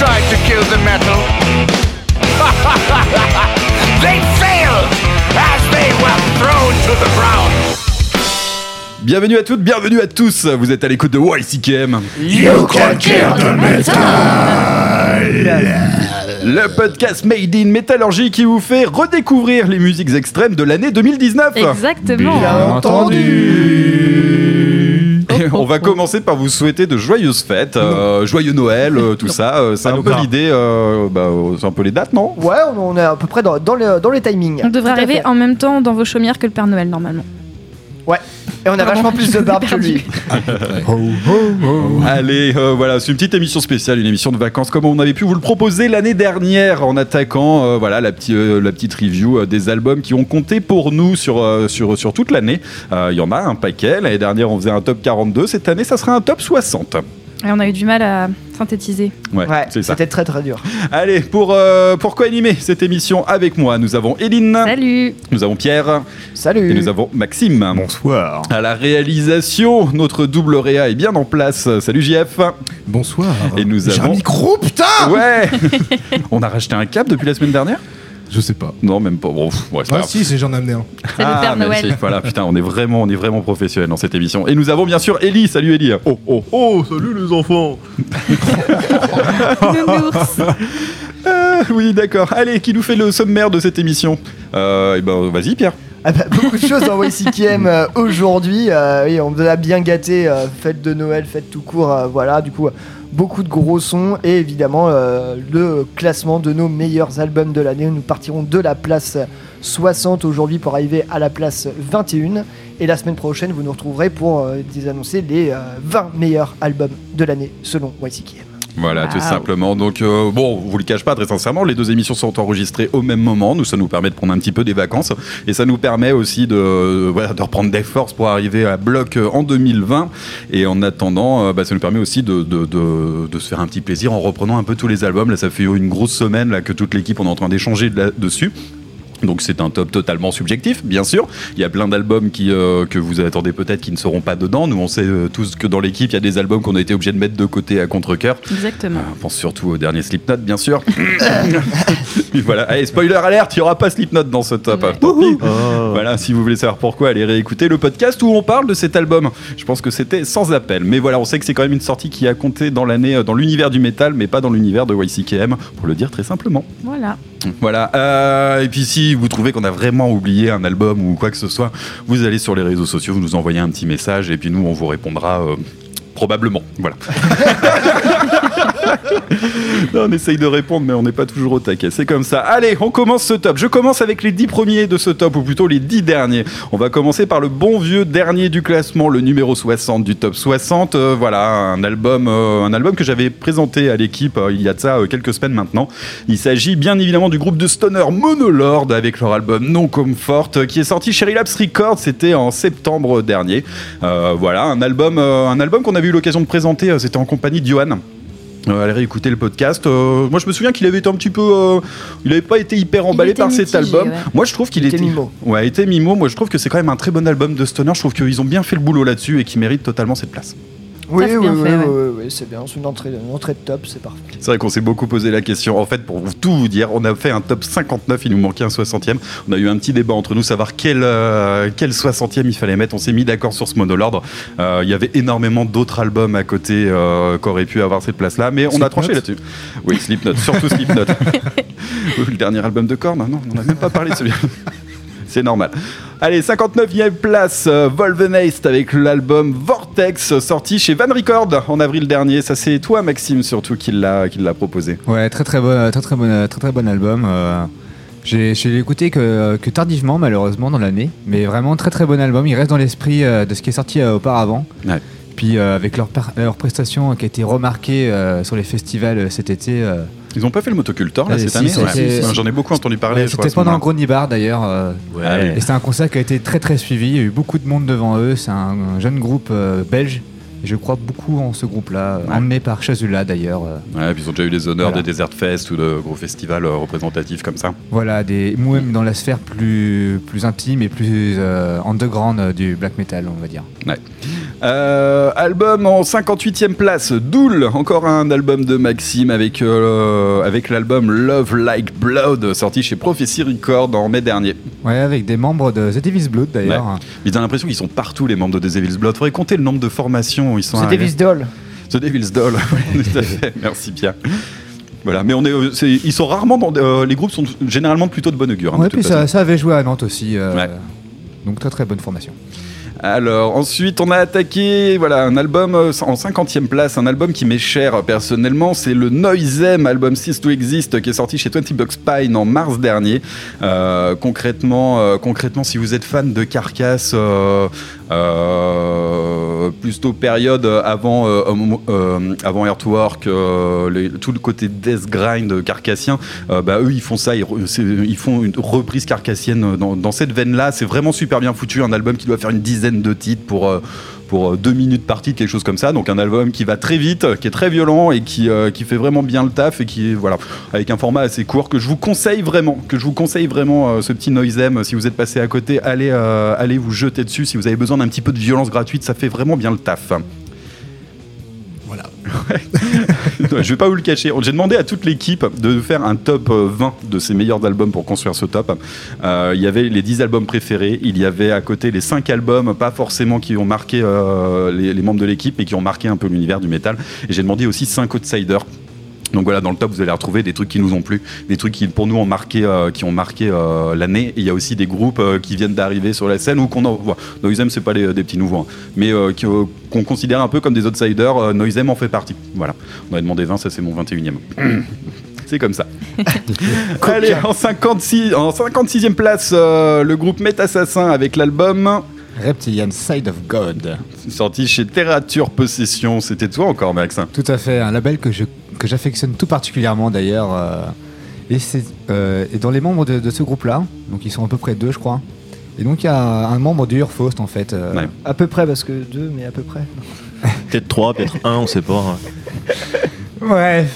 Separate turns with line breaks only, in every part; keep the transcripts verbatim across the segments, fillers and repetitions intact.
tried to kill the metal. They failed as they were thrown to the ground.
Bienvenue à toutes, bienvenue à tous. Vous êtes à l'écoute de Y C K M.
You can kill the metal.
Le podcast Made in Métallurgie qui vous fait redécouvrir les musiques extrêmes de l'année deux mille dix-neuf.
Exactement.
Bien entendu. Et on va commencer par vous souhaiter de joyeuses fêtes, euh, joyeux Noël, euh, tout ça. Euh, c'est un peu l'idée, euh, bah, c'est un peu les dates, non ?
Ouais, on est à peu près dans, dans, les, dans les timings.
On devrait arriver en même temps dans vos chaumières que le Père Noël normalement.
Ouais. Et on a vachement plus de barbe que lui.
ho, ho, ho. Allez, euh, voilà, c'est une petite émission spéciale, une émission de vacances comme on avait pu vous le proposer l'année dernière en attaquant euh, voilà, la, petit, euh, la petite review euh, des albums qui ont compté pour nous sur, euh, sur, sur toute l'année. Il euh, y en a un paquet. L'année dernière, on faisait un top quarante-deux. Cette année, ça sera un top soixante.
Et on a eu du mal à synthétiser.
Ouais,
ouais
c'est ça.
C'était très très dur.
Allez, pour, euh, pour co-animer cette émission avec moi, nous avons Eline.
Salut.
Nous avons Pierre.
Salut.
Et nous avons Maxime.
Bonsoir.
À la réalisation, notre double réa est bien en place. Salut J F.
Bonsoir.
Et nous
J'ai
avons...
un micro, putain.
Ouais. On a racheté un câble depuis la semaine dernière ?
Je sais pas.
Non, même pas. Bon, ouais, c'est
ah
pas
si, c'est, j'en ai amené un.
C'est
ah,
le Père
merci.
Noël.
Voilà, putain, on est vraiment, on est vraiment professionnels dans cette émission. Et nous avons bien sûr Ellie. Salut Ellie. Oh, oh, oh, salut les enfants.
Nounours.
euh, oui, d'accord. Allez, qui nous fait le sommaire de cette émission ? euh, Et ben, vas-y, Pierre.
Ah bah, beaucoup de choses dans Y C K M euh, aujourd'hui. Euh, oui, on vous a bien gâté. Euh, fête de Noël, fête tout court. Euh, voilà, du coup, euh, beaucoup de gros sons. Et évidemment, euh, le classement de nos meilleurs albums de l'année. Nous partirons de la place soixante aujourd'hui pour arriver à la place vingt et un. Et la semaine prochaine, vous nous retrouverez pour euh, désannoncer les euh, vingt meilleurs albums de l'année selon Y C K M.
Voilà,
wow.
tout simplement. Donc, euh, bon, vous le cache pas très sincèrement, les deux émissions sont enregistrées au même moment. Nous, ça nous permet de prendre un petit peu des vacances et ça nous permet aussi de, euh, voilà, de reprendre des forces pour arriver à bloc en deux mille vingt. Et en attendant, euh, bah, ça nous permet aussi de, de, de, de se faire un petit plaisir en reprenant un peu tous les albums. Là, ça fait une grosse semaine là, que toute l'équipe on est en train d'échanger de la, dessus. Donc c'est un top totalement subjectif, bien sûr. Il y a plein d'albums qui, euh, que vous attendez peut-être qui ne seront pas dedans. Nous, on sait euh, tous que dans l'équipe, il y a des albums qu'on a été obligés de mettre de côté à contre-cœur.
Exactement.
Euh, on pense surtout au dernier Slipknot, bien sûr. Et voilà. Allez, spoiler alert, il n'y aura pas Slipknot dans ce top. Ouais. Tant pis. Oh. Voilà, si vous voulez savoir pourquoi, allez réécouter le podcast où on parle de cet album. Je pense que c'était sans appel. Mais voilà, on sait que c'est quand même une sortie qui a compté dans l'année, dans l'univers du métal, mais pas dans l'univers de Y C K M, pour le dire très simplement.
Voilà.
Voilà. Euh, et puis si vous trouvez qu'on a vraiment oublié un album ou quoi que ce soit, vous allez sur les réseaux sociaux, vous nous envoyez un petit message et puis nous on vous répondra euh, probablement. Voilà. Non, on essaye de répondre mais on n'est pas toujours au taquet, c'est comme ça. Allez, on commence ce top. Je commence avec les dix premiers de ce top, ou plutôt les dix derniers. On va commencer par le bon vieux dernier du classement, le numéro soixante du top soixante. Euh, voilà, un album, euh, un album que j'avais présenté à l'équipe euh, il y a de ça euh, quelques semaines maintenant. Il s'agit bien évidemment du groupe de stoner Monolord avec leur album Non Comfort qui est sorti chez Relapse Records, c'était en septembre dernier. Euh, voilà, un album, euh, un album qu'on avait eu l'occasion de présenter, euh, c'était en compagnie de Johan. Euh, allez réécouter le podcast. Euh, moi, je me souviens qu'il avait été un petit peu, euh, il n'avait pas été hyper emballé par
mitigé,
cet album.
Ouais.
Moi, je trouve qu'il
il
était,
était mimo.
Ouais, était mimo. Moi, je trouve que c'est quand même un très bon album de stoner. Je trouve qu'ils ont bien fait le boulot là-dessus et qu'ils méritent totalement cette place.
Oui,
c'est
oui,
bien
oui,
fait, ouais.
oui, oui, c'est bien. C'est une entrée, une entrée de top, c'est parfait.
C'est vrai qu'on s'est beaucoup posé la question. En fait, pour vous, tout vous dire, on a fait un top cinquante-neuf, il nous manquait un soixantième. On a eu un petit débat entre nous, savoir quel, euh, quel soixantième il fallait mettre. On s'est mis d'accord sur ce monolord. Euh, il y avait énormément d'autres albums à côté euh, qui auraient pu avoir cette place-là, mais on
Slipknot.
a tranché là-dessus. Oui, Slipknot, surtout Slipknot. Le dernier album de Korn, non, on n'a même pas parlé de celui-là. C'est normal. Allez, cinquante-neuvième place, euh, Volvenaist avec l'album Vortex, sorti chez Van Record en avril dernier. Ça, c'est toi, Maxime, surtout, qui l'a, qui l'a proposé.
Ouais, très très bon, très très bon, très très bon album. Euh, j'ai, j'ai écouté que, que tardivement, malheureusement, dans l'année, mais vraiment très très bon album. Il reste dans l'esprit euh, de ce qui est sorti euh, auparavant.
Ouais.
Puis euh, avec leur, par- leur prestation qui a été remarquée euh, sur les festivals euh, cet été. Euh,
Ils ont pas fait le motocultor là,
Allez,
cette
si,
année
c'était-
ouais.
si, si.
J'en ai beaucoup entendu parler.
ouais,
je crois,
c'était
à ce
pendant
moment-là.
Grony Bar d'ailleurs. Euh,
Ouais.
et c'était un concert qui a été très très suivi. Il y a eu beaucoup de monde devant eux. C'est un, un jeune groupe euh, belge. Et je crois beaucoup en ce groupe-là,
Ouais.
emmené par Chazula d'ailleurs. euh.
Ouais, puis ils ont déjà eu les honneurs
Voilà.
des Desert Fest ou de gros festivals euh, représentatifs comme ça.
Voilà, des, même dans la sphère plus, plus intime et plus euh, underground euh, du black metal, on va dire.
Ouais. Euh, album en cinquante-huitième place, Dool, encore un album de Maxime avec, euh, avec l'album Love Like Blood, sorti chez Prophecy Records en mai dernier.
Ouais, avec des membres de The Devil's Blood d'ailleurs.
Ouais. Mais t'as l'impression qu'ils sont partout, les membres de The Devil's Blood. Faudrait compter le nombre de formations où ils sont
C'est
arrivés.
Devil's Doll.
The Devil's Doll, oui, tout à fait. Merci Pierre. Voilà, mais on est, c'est, ils sont rarement dans. Euh, les groupes sont généralement plutôt de bonne augure. Hein,
Ouais,
de toute
puis ça,
façon.
ça avait joué à Nantes aussi. euh,
Ouais.
Donc très très bonne formation.
Alors ensuite on a attaqué voilà, un album euh, en cinquantième place, un album qui m'est cher personnellement, c'est le Noisem album Cease to Exist qui est sorti chez twenty Bucks Pine en mars dernier. Euh, concrètement, euh, concrètement si vous êtes fan de Carcass, euh, euh, plutôt période avant, euh, euh, avant Earthwork, euh, les, tout le côté death grind carcassien, euh, bah, eux ils font ça, ils, ils font une reprise carcassienne dans, dans cette veine là, c'est vraiment super bien foutu, un album qui doit faire une dizaine de titres pour, euh, pour deux minutes par titre, quelque chose comme ça. Donc un album qui va très vite, qui est très violent et qui, euh, qui fait vraiment bien le taf et qui est voilà, avec un format assez court que je vous conseille vraiment, que je vous conseille vraiment euh, ce petit Noisem. Si vous êtes passé à côté, allez, euh, allez vous jeter dessus. Si vous avez besoin d'un petit peu de violence gratuite, ça fait vraiment bien le taf.
Voilà.
Je vais pas vous le cacher. J'ai demandé à toute l'équipe de faire un top vingt de ses meilleurs albums pour construire ce top. Euh, il y avait les dix albums préférés. Il y avait à côté les cinq albums, pas forcément qui ont marqué euh, les, les membres de l'équipe, mais qui ont marqué un peu l'univers du métal. Et j'ai demandé aussi cinq outsiders. Donc voilà, dans le top, vous allez retrouver des trucs qui nous ont plu, des trucs qui pour nous ont marqué, euh, qui ont marqué euh, l'année. Et il y a aussi des groupes euh, qui viennent d'arriver sur la scène ou qu'on en voit. Noisem, c'est pas les, des petits nouveaux, hein, mais euh, qui, euh, qu'on considère un peu comme des outsiders. Euh, Noisem en fait partie. Voilà. On avait demandé vingt, ça c'est mon vingt et unième. C'est comme ça. Allez, en, cinquante-six, en cinquante-sixième place, euh, le groupe Métassassin avec l'album
Reptilian Side of God.
sorti chez Terrature Possession. C'était toi encore, Max?
Tout à fait, un label que je que j'affectionne tout particulièrement d'ailleurs. euh, et c'est euh, et dans les membres de, de ce groupe-là, donc ils sont à peu près deux, je crois. Et donc il y a un membre du Urfaust en fait. euh,
Ouais.
À peu près, parce que deux, mais à peu près.
Peut-être trois, peut-être un, on sait pas.
Bref.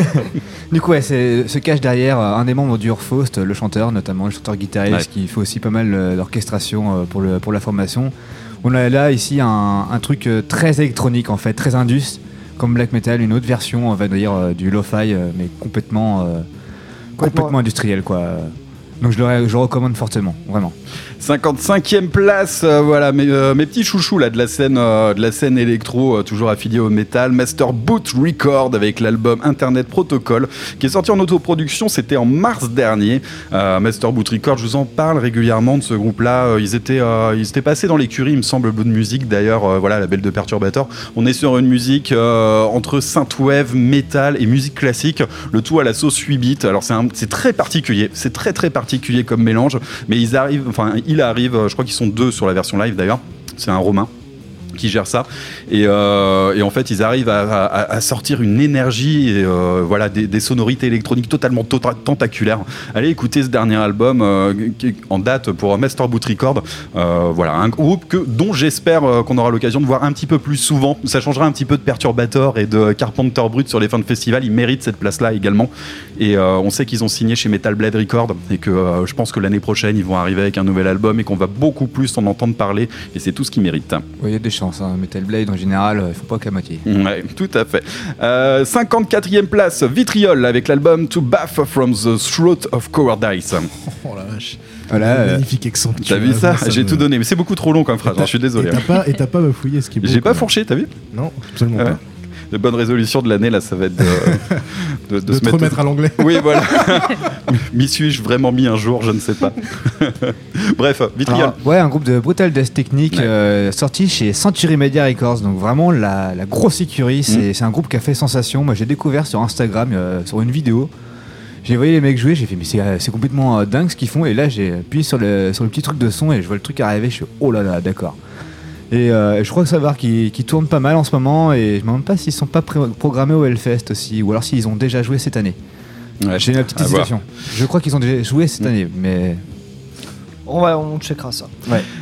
Du coup, ouais, c'est, se cache derrière euh, un des membres du Urfaust, le chanteur, notamment le chanteur guitariste,
Ouais.
qui fait aussi pas mal euh, d'orchestration euh, pour, le, pour la formation. On a là ici un, un truc euh, très électronique en fait, très indus, comme black metal, une autre version, on va dire, euh, du lo-fi, euh, mais complètement, euh, complètement industriel quoi. Donc je le, je le recommande fortement, vraiment.
cinquante-cinquième place, euh, voilà mes, euh, mes petits chouchous là de la scène, euh, de la scène électro, euh, toujours affilié au métal. Master Boot Record avec l'album Internet Protocol qui est sorti en autoproduction, c'était en mars dernier. Euh, Master Boot Record, je vous en parle régulièrement de ce groupe-là. Euh, ils étaient, euh, ils étaient passés dans l'écurie, il me semble, Blue Music d'ailleurs. Euh, voilà, label de Perturbator. On est sur une musique euh, entre synthwave, métal et musique classique, le tout à la sauce huit bits. Alors c'est, un, c'est très particulier, c'est très très particulier comme mélange, mais ils arrivent, enfin il arrive, je crois qu'ils sont deux sur la version live d'ailleurs, c'est un Romain qui gère ça et, euh, et en fait ils arrivent à, à, à sortir une énergie et euh, voilà des, des sonorités électroniques totalement tota- tentaculaires. Allez écouter ce dernier album euh, qui est en date pour Master Boot Record. Euh, voilà un groupe que, dont j'espère euh, qu'on aura l'occasion de voir un petit peu plus souvent. Ça changera un petit peu de Perturbator et de Carpenter Brut sur les fins de festival. Ils méritent cette place là également et euh, on sait qu'ils ont signé chez Metal Blade Records et que euh, je pense que l'année prochaine ils vont arriver avec un nouvel album et qu'on va beaucoup plus en entendre parler et c'est tout ce qu'ils méritent.
Oui, il y a des chances. Hein. Metal Blade en général, il ne faut pas qu'à moitié.
Ouais, tout à fait. Euh, cinquante-quatrième place, Vitriol avec l'album To Bath from the Throat of Cowardice.
Oh la vache.
Voilà, euh,
Magnifique accent. que tu
T'as vu
as,
ça,
moi,
J'ai
me-
tout donné, mais c'est beaucoup trop long comme phrase, hein, je suis désolé.
Et t'as pas, et t'as pas bafouillé, ce qui est beau,
J'ai pas
quoi.
fourché, t'as vu?
Non, absolument
Ouais.
pas.
De bonnes résolutions de l'année, là, ça va être de, de, de
De
se
te
mettre...
remettre à l'anglais.
Oui, voilà. M'y suis-je vraiment mis un jour? Je ne sais pas. Bref, Vitriol.
Alors, ouais, un groupe de brutal death technique
Ouais.
euh, sorti chez Century Media Records. Donc vraiment la, la grosse écurie. C'est, c'est un groupe qui a fait sensation. Moi, j'ai découvert sur Instagram, euh, sur une vidéo. J'ai voyé les mecs jouer, j'ai fait mais c'est, euh, c'est complètement euh, dingue ce qu'ils font. Et là, j'ai appuyé sur le, sur le petit truc de son et je vois le truc arriver. Je suis oh là là, d'accord. Et euh, je crois savoir qu'ils, qu'ils tournent pas mal en ce moment. Et je me demande pas s'ils sont pas pré- programmés au Hellfest aussi, ou alors s'ils ont déjà joué cette année.
Ouais,
J'ai une petite
à voir.
hésitation. Je crois qu'ils ont déjà joué cette année, mais
On, va, on checkera ça.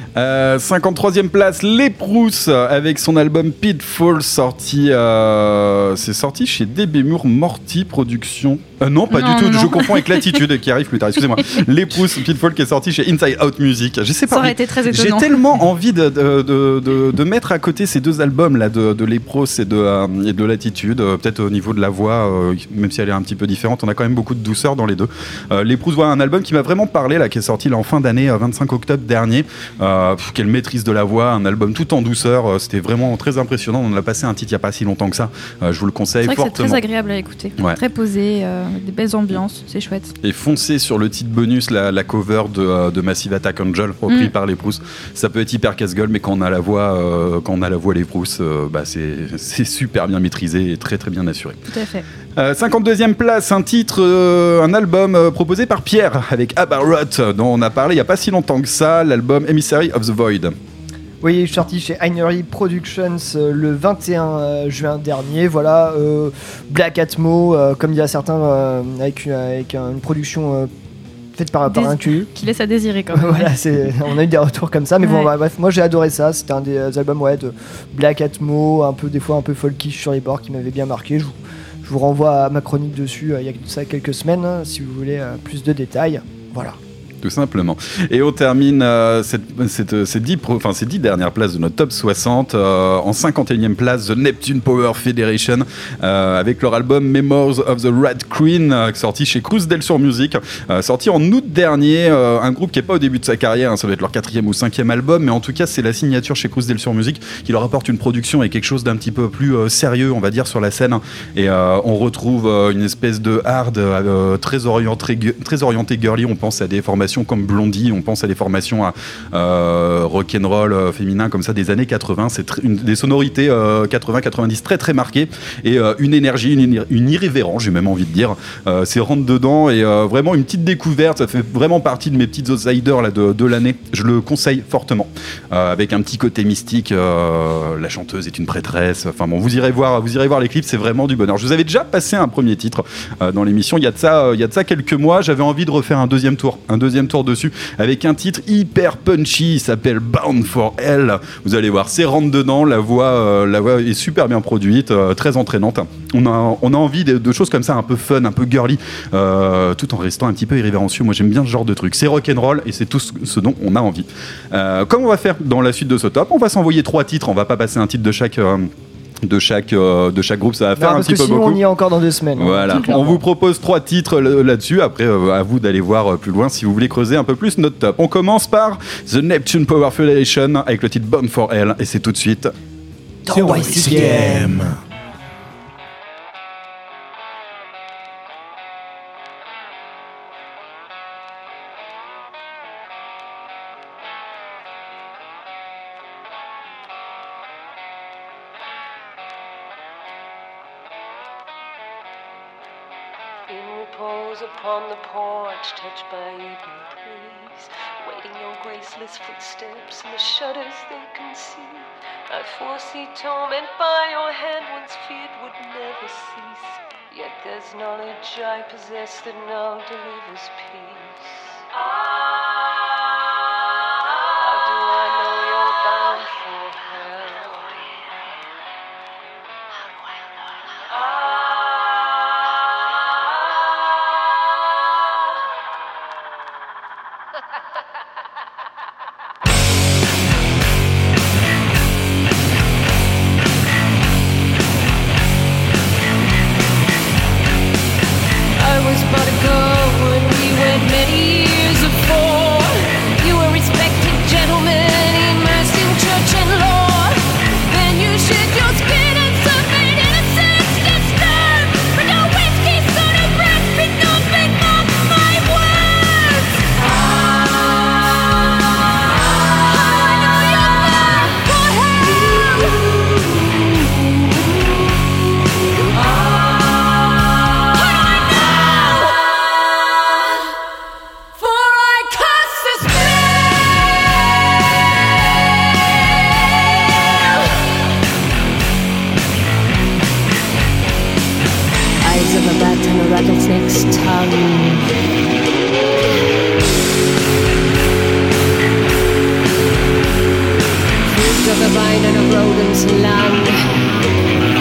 Euh, cinquante-troisième place, Les Prousses avec son album Pitfall sorti, euh, c'est sorti chez D B Moore Morty Productions. Euh, non, pas
Non,
du tout.
non.
Je confonds avec Latitude qui arrive plus tard. Excusez-moi. Les Prousses Pitfall qui est sorti chez Inside Out Music. Je sais pas.
Ça aurait été très
J'ai
étonnant.
tellement envie de, de, de, de, de mettre à côté ces deux albums là de, de Les Prousses et de, euh, et de Latitude. Euh, peut-être au niveau de la voix, euh, même si elle est un petit peu différente, on a quand même beaucoup de douceur dans les deux. Euh, Les Prousses, voilà un album qui m'a vraiment parlé là, qui est sorti là en fin d'année, euh, vingt-cinq octobre dernier. Euh, pff, quelle maîtrise de la voix, un album tout en douceur. Euh, c'était vraiment très impressionnant. On en a passé un titre il y a pas si longtemps que ça. Euh, je vous le conseille
C'est vrai que c'est
fortement.
très agréable à écouter.
Ouais.
Très posé, euh, des belles ambiances, c'est chouette.
Et foncez sur le titre bonus, la, la cover de, euh, de Massive Attack Angel, repris
Mm.
par Les Prousses. Ça peut être hyper casse-gueule, mais quand on a la voix, euh, quand on a la voix Les Prousses, euh, bah c'est, c'est super bien maîtrisé et très très bien assuré.
Tout à fait.
Euh, cinquante-deuxième place, un titre, euh, un album euh, proposé par Pierre avec Abarot, dont on a parlé il n'y a pas si longtemps que ça, l'album Emissary of the Void.
Oui, je suis sorti chez Einery Productions euh, le vingt et un euh, juin dernier. Voilà, euh, Black Atmo, euh, comme disent certains, euh, avec, une, avec un- une production euh, faite par, par
Dés-
un Q.
Qui laisse à désirer quand même.
Voilà, c'est, on a eu des retours comme ça, mais bon,
Ouais.
bah, bref, moi j'ai adoré ça. C'était un des euh, albums ouais, de Black Atmo, un peu des fois un peu folkish sur les bords, qui m'avait bien marqué. Je vous, je vous renvoie à ma chronique dessus euh, il y a de ça quelques semaines, hein, si vous voulez euh, plus de détails. Voilà.
Tout simplement. Et on termine euh, cette, cette, ces, dix pro, enfin, ces dix dernières places de notre top soixante. Euh, en cinquante et unième place, The Neptune Power Federation, euh, avec leur album Memoirs of the Red Queen, euh, sorti chez Cruz del Sur Music, euh, sorti en août dernier. Euh, un groupe qui n'est pas au début de sa carrière, hein, ça doit être leur quatrième ou cinquième album, mais en tout cas, c'est la signature chez Cruz del Sur Music qui leur apporte une production et quelque chose d'un petit peu plus euh, sérieux, on va dire, sur la scène. Et euh, on retrouve euh, une espèce de hard euh, très, orienté, très orienté girly. On pense à des formations comme Blondie, on pense à des formations à euh, rock'n'roll euh, féminin comme ça des années quatre-vingts. C'est tr- une, des sonorités euh, quatre-vingts quatre-vingt-dix très très marquées et euh, une énergie, une, irri- une irrévérence, j'ai même envie de dire. Euh, c'est rentre dedans et euh, vraiment une petite découverte. Ça fait vraiment partie de mes petites outsiders là, de, de l'année. Je le conseille fortement. Euh, avec un petit côté mystique. Euh, la chanteuse est une prêtresse. Enfin bon, vous irez voir, vous irez voir les clips, c'est vraiment du bonheur. Je vous avais déjà passé un premier titre euh, dans l'émission. Il y a de ça, euh, il y a de ça quelques mois. J'avais envie de refaire un deuxième tour, un deuxième tour dessus avec un titre hyper punchy. Il s'appelle Bound for Hell. Vous allez voir, c'est rentre dedans. La voix, euh, la voix est super bien produite, euh, très entraînante. On a, on a envie de, de choses comme ça, un peu fun, un peu girly, euh, tout en restant un petit peu irrévérencieux. Moi, j'aime bien ce genre de truc. C'est rock'n'roll et c'est tout ce, ce dont on a envie. Euh, comme on va faire dans la suite de ce top, on va s'envoyer trois titres. On va pas passer un titre de chaque. Euh, de chaque, euh, de chaque groupe, ça va faire
Non,
un
parce
petit
que
peu
sinon
beaucoup.
on y est encore dans deux semaines. hein,
Voilà,
tout clairement.
on vous propose trois titres l- là-dessus. Après, euh, à vous d'aller voir euh, plus loin si vous voulez creuser un peu plus notre top. On commence par The Neptune Power Federation avec le titre Bound for Hell et c'est tout de suite.
Dans Y C M.
In repose upon the porch, touched by evening breeze, waiting your graceless footsteps and the shudders they conceive. I foresee torment by your hand, once feared would never cease. Yet there's knowledge I possess that now delivers peace. How do I know you're bound for hell? I was but a girl when we went many years before. You were respected gentlemen, immersed in church and law. Then you shed your skin and suffered innocence disturbed. But no whiskey, soda, breath, but nothing of my words. I know you're bound for For I cast a spell. Eyes of a bat and a rattlesnake's tongue. rodents land.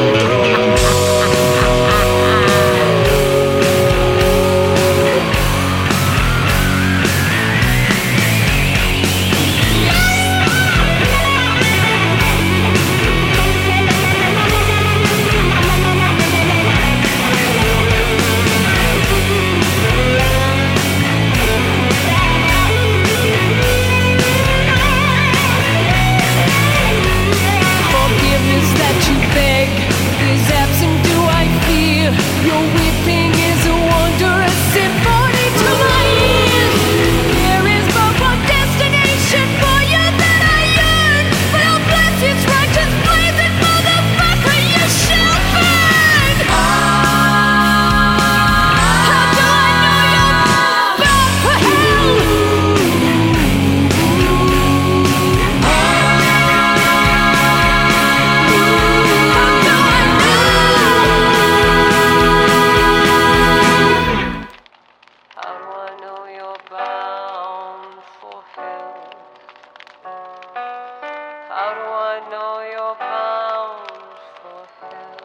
Forgiveness that you beg is absent. Do I fear your weeping is a wondrous symphony to my ears? There is but one destination for you that I yearn, but I'll bless its righteous blazing motherfucker. You shall burn. How do I know you're bound for hell? How do I know you're bound for hell? How do I know you're bound for hell?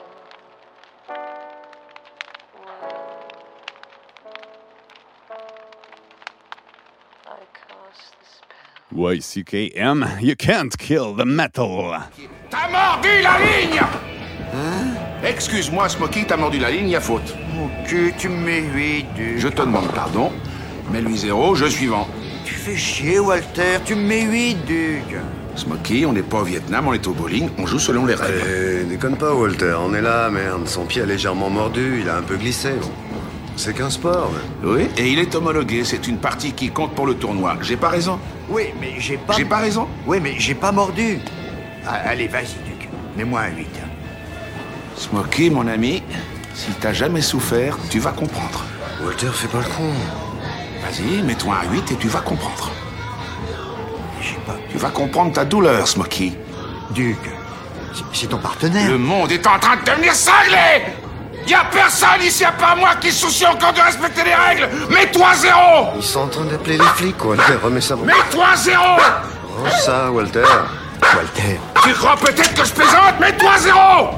Well, I cast the spell.
Y C K M, you can't kill the metal.
T'as mordu la ligne. Excuse-moi, Smokey, t'as mordu la ligne, y a faute.
Ok, tu me mets huit, Duc.
Je te demande pardon. Mets-lui zéro, je suivant.
Tu fais chier, Walter, tu me mets huit, Duc.
Smokey, on n'est pas au Vietnam, on est au bowling, on joue selon les règles.
Eh, déconne pas, Walter, on est là, merde. Son pied a légèrement mordu, il a un peu glissé. Bon. C'est qu'un sport, mais...
Oui, et il est homologué, c'est une partie qui compte pour le tournoi. J'ai pas raison.
Oui, mais j'ai pas...
J'ai pas raison.
Oui, mais j'ai pas mordu. Ah, allez, vas-y, Duc. Mets-moi un huit.
Smokey, mon ami, si t'as jamais souffert, tu vas comprendre.
Walter, fais pas le con.
Vas-y, mets-toi un huit et tu vas comprendre.
J'ai pas...
Tu vas comprendre ta douleur, Smokey.
Duc, c'est- c'est ton partenaire.
Le monde est en train de devenir cinglé. Y a personne ici à part moi qui se soucie encore de respecter les règles. Mets-toi zéro.
Ils sont en train d'appeler les flics, Walter, remets ça...
Mets-toi zéro.
Range ça, Walter.
Walter.
Tu crois peut-être que je plaisante? Mets-toi zéro.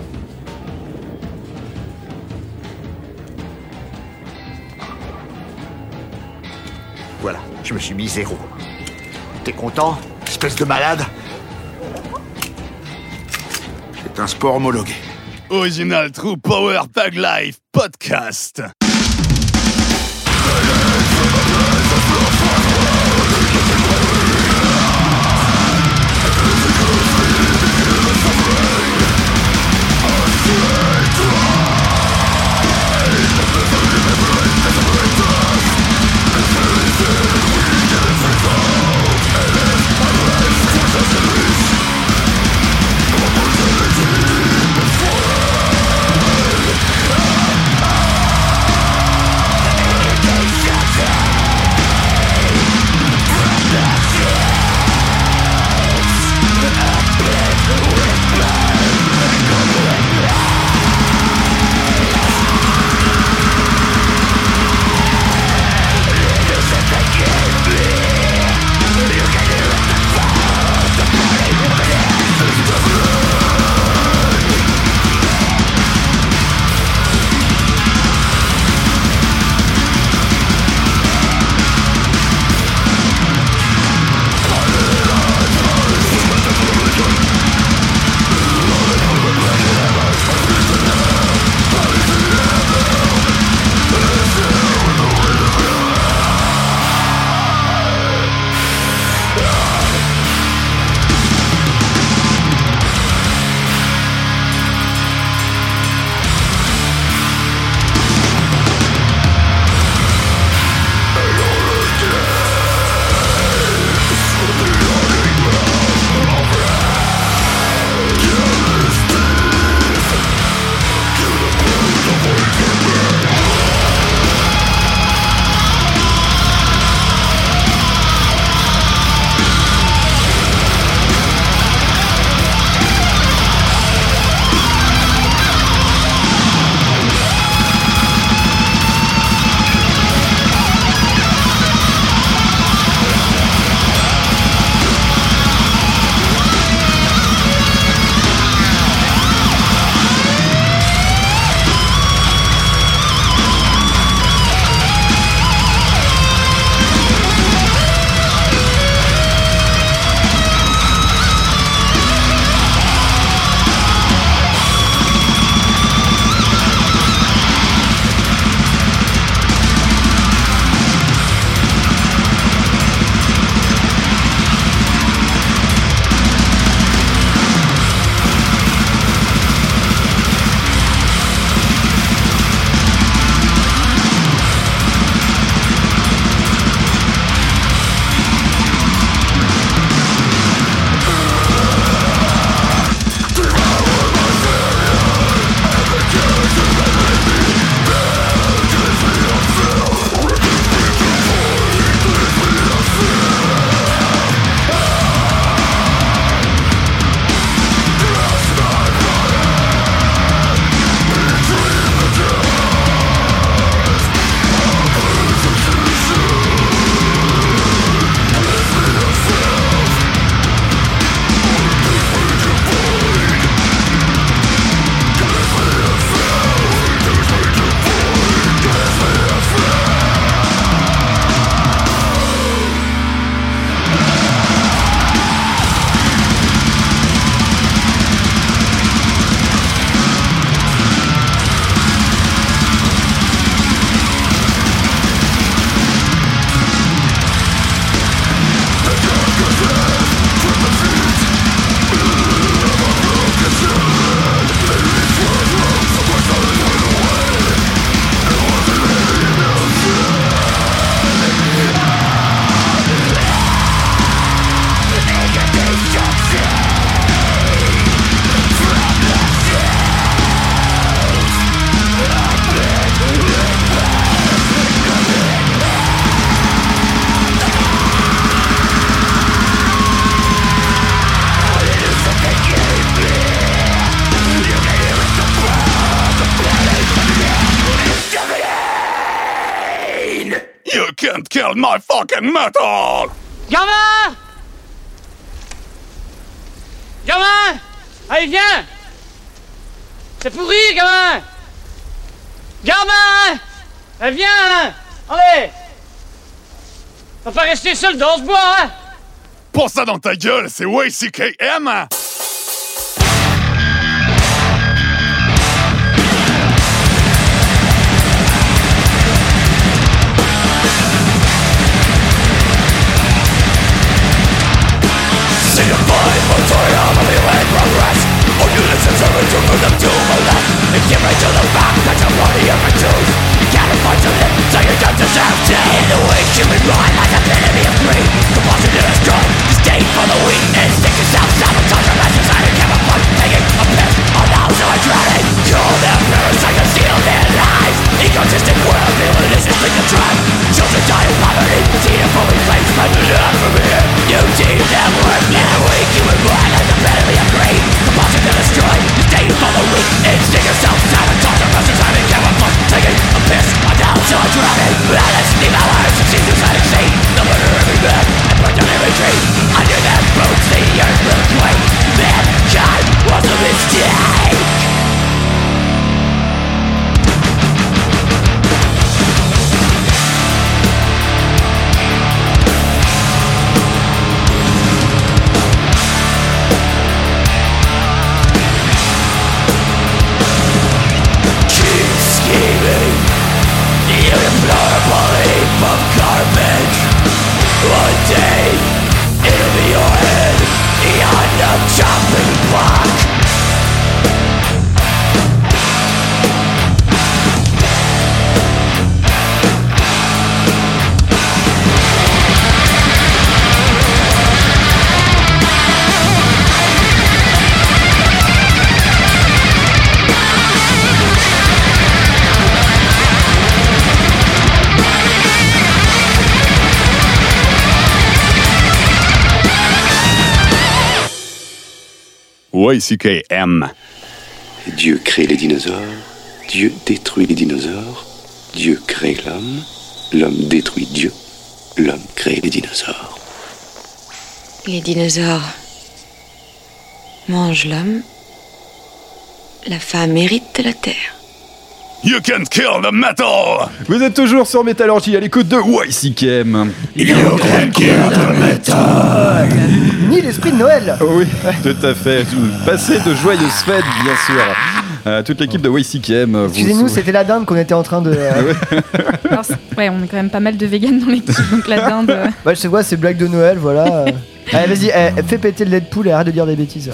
Voilà, je me suis mis zéro. T'es content, espèce de malade?
C'est un sport homologué.
Original True Power Tag Life Podcast.
How
can't kill my fucking metal!
Gamin! Gamin! Allez, viens! C'est pourri, gamin! Gamin! Allez, viens! Allez! On va pas rester seul dans ce bois, hein?
Pour ça dans ta gueule, c'est Y C K M! Y C K M.
Dieu crée les dinosaures, Dieu détruit les dinosaures, Dieu crée l'homme, l'homme détruit Dieu, l'homme crée les dinosaures.
Les dinosaures mangent l'homme, la femme hérite de la terre.
You can't kill the metal!
Vous êtes toujours sur Métallurgie à l'écoute de Y C K M.
You can't kill the metal!
Ni l'esprit de Noël.
Oui, tout à fait. Passez de joyeuses fêtes, bien sûr. Euh, toute l'équipe de Y C K M. vous
Excusez-nous,
sou-
c'était la dinde qu'on était en train de. euh,
Alors, c'est- ouais, on est quand même pas mal de véganes dans l'équipe, donc la dinde. euh,
Bah, je sais quoi, c'est blague de Noël, voilà. euh. Allez, vas-y, eh, fais péter le Deadpool et arrête de dire des bêtises.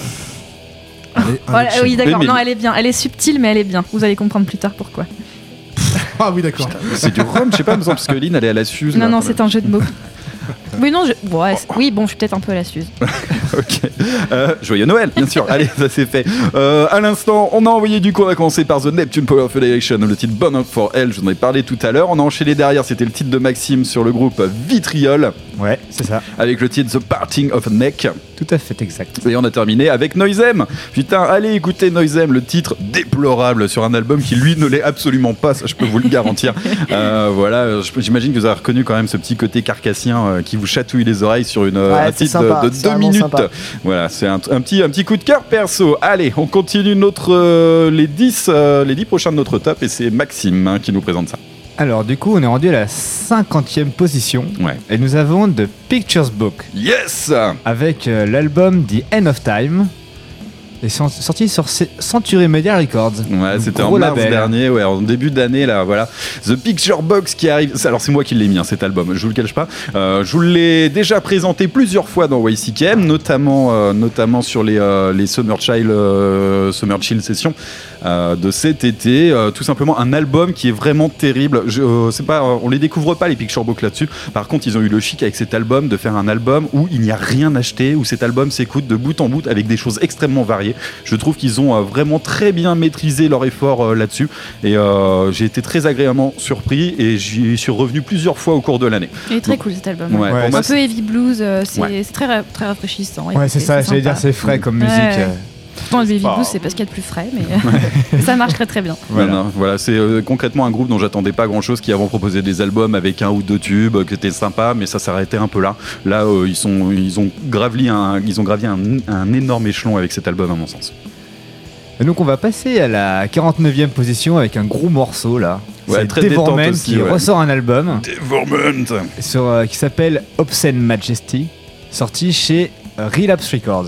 voilà, oui, d'accord.
Mais- mais-
Non, elle est bien. Elle est subtile, mais elle est bien. Vous allez comprendre plus tard pourquoi.
Ah oui, d'accord.
C'est du rhum, je sais pas, me semble, parce que Lynn, elle est à la Suze.
Non,
là.
non, c'est un jeu de mots. Oui, non, je... ouais, c'est- oui, bon, je suis peut-être un peu à la Suze.
Ok. Euh, joyeux Noël, bien sûr. Allez, ça c'est fait. Euh, à l'instant, on a envoyé du coup, on a commencé par The Neptune Power Federation, le titre Burn Up for Hell, je vous en ai parlé tout à l'heure. On a enchaîné derrière, c'était le titre de Maxime sur le groupe Vitriol.
Ouais, c'est ça.
Avec le titre The Parting of a Neck.
Tout à fait exact.
Et on a terminé avec Noisem. Putain, allez écouter Noisem, le titre déplorable sur un album qui lui ne l'est absolument pas, ça je peux vous le garantir. euh, voilà, je- j'imagine que vous avez reconnu quand même ce petit côté carcassien euh, qui vous chatouille les oreilles sur une, euh,
Ouais,
un
c'est
titre
sympa,
de, de
c'est
deux
vraiment
minutes.
sympa.
Voilà, c'est un, un petit, un petit coup de cœur perso. Allez, on continue notre, euh, les, dix, euh, les dix prochains de notre top et c'est Maxime hein, qui nous présente ça.
Alors du coup on est rendu à la cinquantième position
Ouais.
et nous avons The Pictures Book
Yes.
avec euh, l'album The End of Time et c'est en- sorti sur C- Century Media Records.
Ouais,
Donc,
c'était en
gros
mars
label.
dernier, ouais, en début d'année là, voilà. The Picture Box qui arrive. c'est- Alors c'est moi qui l'ai mis hein, cet album, je vous le cache pas. Euh, je vous l'ai déjà présenté plusieurs fois dans Y C K M, notamment, euh, notamment sur les, euh, les Summer Child, euh, Summer Chill Sessions euh, de cet été. Euh, tout simplement un album qui est vraiment terrible. Je, euh, c'est pas, euh, on les découvre pas les Picture Book là-dessus. Par contre, ils ont eu le chic avec cet album de faire un album où il n'y a rien acheté, où cet album s'écoute de bout en bout avec des choses extrêmement variées. Je trouve qu'ils ont euh, vraiment très bien maîtrisé leur effort euh, là-dessus et euh, j'ai été très agréablement surpris et j'y suis revenu plusieurs fois au cours de l'année.
Il est très
Donc,
cool cet album.
Ouais,
Ouais,
pour moi,
Un peu heavy blues, euh, c'est
Ouais.
c'est très, ra- très rafraîchissant.
Ouais, c'est ça, j'allais dire, c'est frais comme
Ouais.
musique. euh.
Pourtant, le Baby Blues, c'est pas ce qu'il y a de plus frais, mais ça marche très très bien.
Voilà, non, voilà c'est euh, concrètement un groupe dont j'attendais pas grand chose, qui avant proposait des albums avec un ou deux tubes, euh, qui étaient sympas, mais ça s'arrêtait un peu là. Là, euh, ils, sont, ils ont gravi, un, ils ont gravi un, un énorme échelon avec cet album, à mon sens.
Et donc on va passer à la quarante-neuvième position avec un gros morceau là.
Ouais,
c'est
très
Devorment
détente aussi,
qui
ouais.
ressort un album
Devorment
sur, euh, qui s'appelle Obscene Majesty, sorti chez euh, Relapse Records.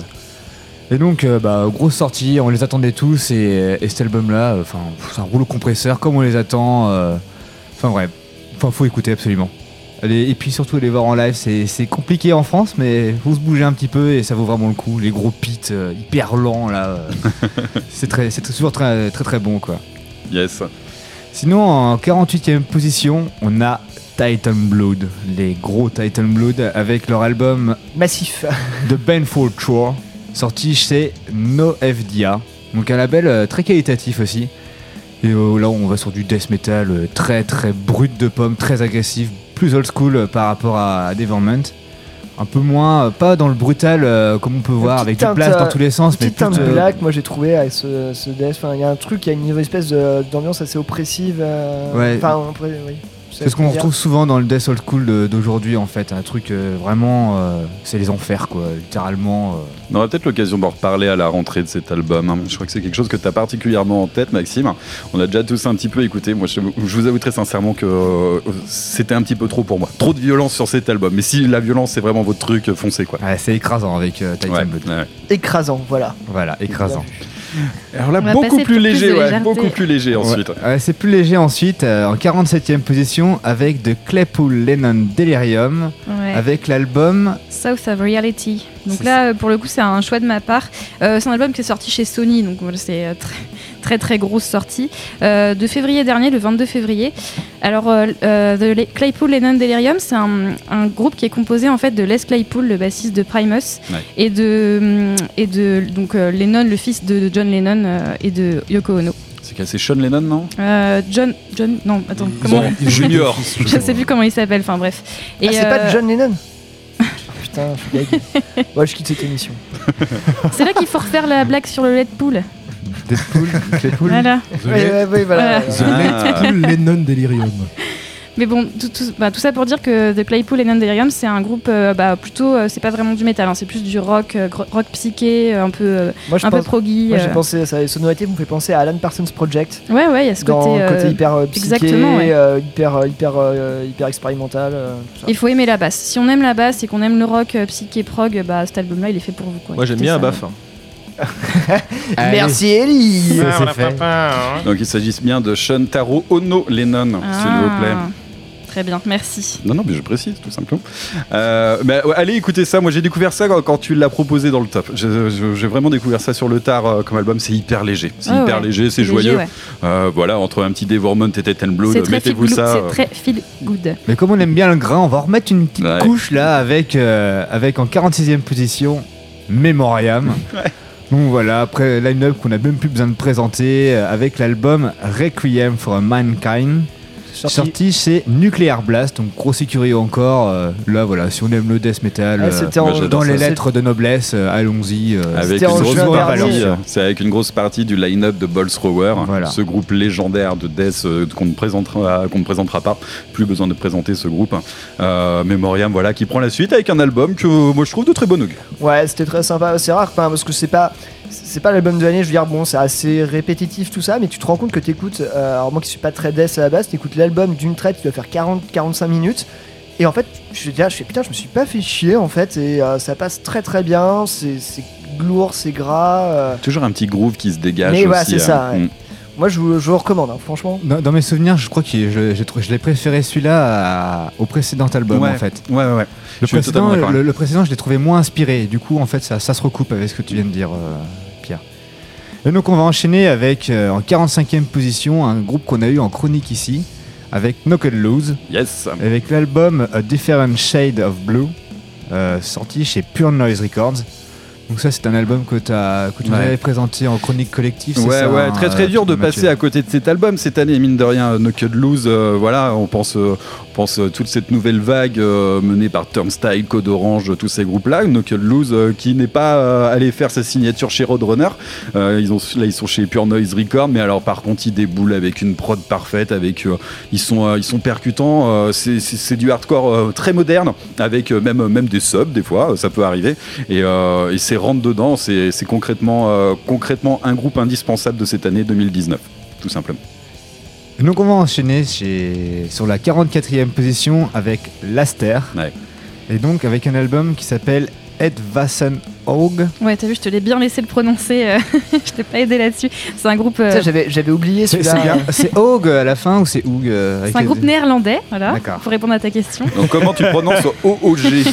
Et donc euh, bah, grosse sortie, on les attendait tous et, et cet album là, enfin euh, c'est un rouleau compresseur comme on les attend. Enfin euh, bref, enfin faut écouter absolument. Allez, et puis surtout aller voir en live, c'est, c'est compliqué en France, mais faut se bouger un petit peu et ça vaut vraiment le coup. Les gros pits euh, hyper lents là, euh, c'est, très, c'est toujours très, très très bon quoi.
Yes.
Sinon en quarante-huitième position, on a Titan Blood, les gros Titan Blood avec leur album
massif
The Baneful Tour, sorti chez No F D A. Donc un label euh, très qualitatif aussi. Et euh, là on va sur du death metal euh, très très brut de pomme, très agressif, plus old school euh, par rapport à Devorment. Un peu moins, euh, pas dans le brutal euh, comme on peut voir avec du blast dans tous les sens, mais
petite teinte
plus, euh,
black, moi j'ai trouvé avec ce, ce death. Enfin, il y a un truc, il y a une espèce de, d'ambiance assez oppressive. Euh,
Ouais.
Enfin, on pourrait- oui.
c'est ce qu'on retrouve souvent dans le death old school de- d'aujourd'hui en fait, un truc euh, vraiment, euh, c'est les enfers quoi, littéralement. euh.
On aura peut-être l'occasion d'en reparler à la rentrée de cet album. hein. Je crois que c'est quelque chose que tu as particulièrement en tête, Maxime. On a déjà tous un petit peu écouté. Moi, je, je vous avoue très sincèrement que euh, c'était un petit peu trop pour moi. Trop de violence sur cet album. Mais si la violence, c'est vraiment votre truc, euh, foncez quoi.
Ouais, c'est écrasant avec euh, Titan
Ouais,
Blood.
ouais.
Écrasant, voilà.
Voilà, écrasant.
Alors là,
On va
beaucoup
passer
plus
pour plus
léger,
de
ouais,
légèreté.
beaucoup plus léger ensuite.
Ouais, ouais, c'est plus léger ensuite, euh, en quarante-septième position avec The Claypool Lennon Delirium,
Ouais.
avec l'album
South of Reality. Donc
C'est
là, euh, pour le coup, c'est un choix de ma part. Euh, c'est un album qui est sorti chez Sony, donc voilà, c'est euh, très, très très grosse sortie. Euh, de février dernier, le vingt-deux février. Alors, euh, euh, The Le- Claypool Lennon Delirium, c'est un, un groupe qui est composé en fait de Les Claypool, le bassiste de Primus,
Ouais.
et de hum, et de donc euh, Lennon, le fils de, de John Lennon euh, et de Yoko Ono.
C'est cassé Sean Lennon, non
Euh, John, John, non, attends, comment
Bon, Junior.
Je sais plus comment il s'appelle. Enfin bref.
Ah, c'est pas
euh,
John Lennon. Ah, putain, je suis gag. Moi, je quitte cette émission.
C'est là qu'il faut refaire la blague sur le Deadpool.
Deadpool, Claypool.
Voilà.
Oui, oui, oui, voilà.
The
Ah.
Claypool Lennon Delirium.
Mais bon, tout, tout- bah, tout ça pour dire que The Claypool Lennon Delirium, c'est un groupe euh, bah, plutôt, euh, c'est pas vraiment du métal, hein, c'est plus du rock, euh, gro- rock psyché, euh, un peu, euh,
Moi, je
un peu
pense-
proggy.
Moi, j'ai
euh.
pensé à ça. Les sonorités me fait penser à Alan Parsons Project.
Ouais, ouais, il y a ce
Dans
côté.
le
euh,
côté hyper euh, psyché,
exactement, ouais.
euh, hyper, euh, hyper, euh, hyper expérimental. euh, tout ça.
Il faut aimer la basse. Si on aime la basse et qu'on aime le rock euh, psyché prog, bah, cet album-là, il est fait pour vous. Quoi.
Moi j'aime
Écoutez
bien
ça.
Abaf.
Allez.
Merci Ellie.
Ça, c'est fait.
Donc il s'agit bien de Sean Taro Ono Lennon, s'il vous plaît.
Ah, très bien, merci.
Non, non, mais je précise, tout simplement. Euh, bah, ouais, allez, écoutez ça. Moi, j'ai découvert ça quand, quand tu l'as proposé dans le top. Je- je- J'ai vraiment découvert ça sur le tard euh, comme album. C'est hyper léger. C'est
Ah
hyper
ouais.
léger, c'est
Léger,
joyeux.
ouais.
Euh, voilà, entre un petit Devorment et Titan Blood,
C'est très feel
mettez-vous
good.
ça.
C'est très feel good.
Mais comme on aime bien le grain, on va remettre une petite
Ouais.
couche là avec, euh, avec en quarante-sixième position Memoriam. Donc voilà, après line-up qu'on a même plus besoin de présenter, euh, avec l'album Requiem for a Mankind,
Sorti-
sorti chez Nuclear Blast, donc grosse écurie encore. euh, là voilà, si on aime le death metal,
Ah,
euh,
c'était en-
moi, j'adore
dans les
ça.
lettres de noblesse, euh, allons-y. euh,
Avec
C'était
une
en
grosse
juin
partie,
dernier.
euh, c'est avec une grosse partie du line-up de Balls Thrower,
Voilà.
ce groupe légendaire de death euh, qu'on ne présentera, qu'on ne présentera pas. Plus besoin de présenter ce groupe. Euh, Memoriam, voilà, qui prend la suite avec un album que euh, moi je trouve de très bon augure.
Ouais, c'était très sympa. C'est rare enfin, parce que c'est pas. C'est pas l'album de l'année, je veux dire, bon, c'est assez répétitif tout ça, mais tu te rends compte que t'écoutes, euh, alors moi qui suis pas très death à la base, t'écoutes l'album d'une traite qui doit faire quarante à quarante-cinq minutes, et en fait, je veux dire, je fais putain, je me suis pas fait chier en fait, et euh, ça passe très très bien, c'est c'est lourd, c'est gras. euh.
Toujours un petit groove qui se dégage.
Mais
aussi,
voilà, c'est ça,
euh,
ouais.
mm.
Moi je vous, je vous recommande, hein, franchement.
Dans, dans mes souvenirs, je crois que je, j'ai trouvé- je l'ai préféré celui-là à- au précédent album
Ouais.
en fait.
Ouais, ouais, ouais.
Le
Je suis
précédent,
totalement d'accord.
le, le précédent, je l'ai trouvé moins inspiré. Du coup, en fait, ça, ça se recoupe avec ce que tu viens de dire, euh, Pierre. Et donc, on va enchaîner avec, euh, en quarante-cinquième position, un groupe qu'on a eu en chronique ici, avec Knocked Loose,
Yes.
avec l'album A Different Shade of Blue, euh, sorti chez Pure Noise Records. Donc ça, c'est un album que, t'as, que tu nous
Ouais.
avais présenté en chronique collective. c'est
Ouais,
ça,
ouais,
hein,
très très
euh,
dur de
Mathieu.
passer à côté de cet album cette année, mine de rien. Knocked Loose, euh, voilà, on pense, euh, pense euh, toute cette nouvelle vague euh, menée par Turnstile, Code Orange, tous ces groupes-là. Knuckle Loose euh, qui n'est pas euh, allé faire sa signature chez Roadrunner. Euh, ils ont, là, ils sont chez Pure Noise Record, mais alors par contre, ils déboulent avec une prod parfaite, avec, euh, ils, sont, euh, ils sont percutants. Euh, c'est, c'est, c'est du hardcore euh, très moderne, avec euh, même, même des subs, des fois, ça peut arriver. Et, euh, et c'est rentre dedans, c'est, c'est concrètement, euh, concrètement un groupe indispensable de cette année deux mille dix-neuf, tout simplement.
Donc on va enchaîner chez... sur la quarante-quatrième position avec Laster.
Ouais.
Et donc avec un album qui s'appelle Ed Vassen Haug.
Ouais, t'as vu, je te l'ai bien laissé le prononcer, euh, je t'ai pas aidé là-dessus. C'est un groupe. Euh...
Ça, j'avais, j'avais oublié
C'est,
celui-là.
c'est, c'est Haug à la fin ou c'est Haug euh,
C'est un
les...
groupe néerlandais, voilà,
D'accord.
pour répondre à ta question.
Donc comment tu prononces O O G?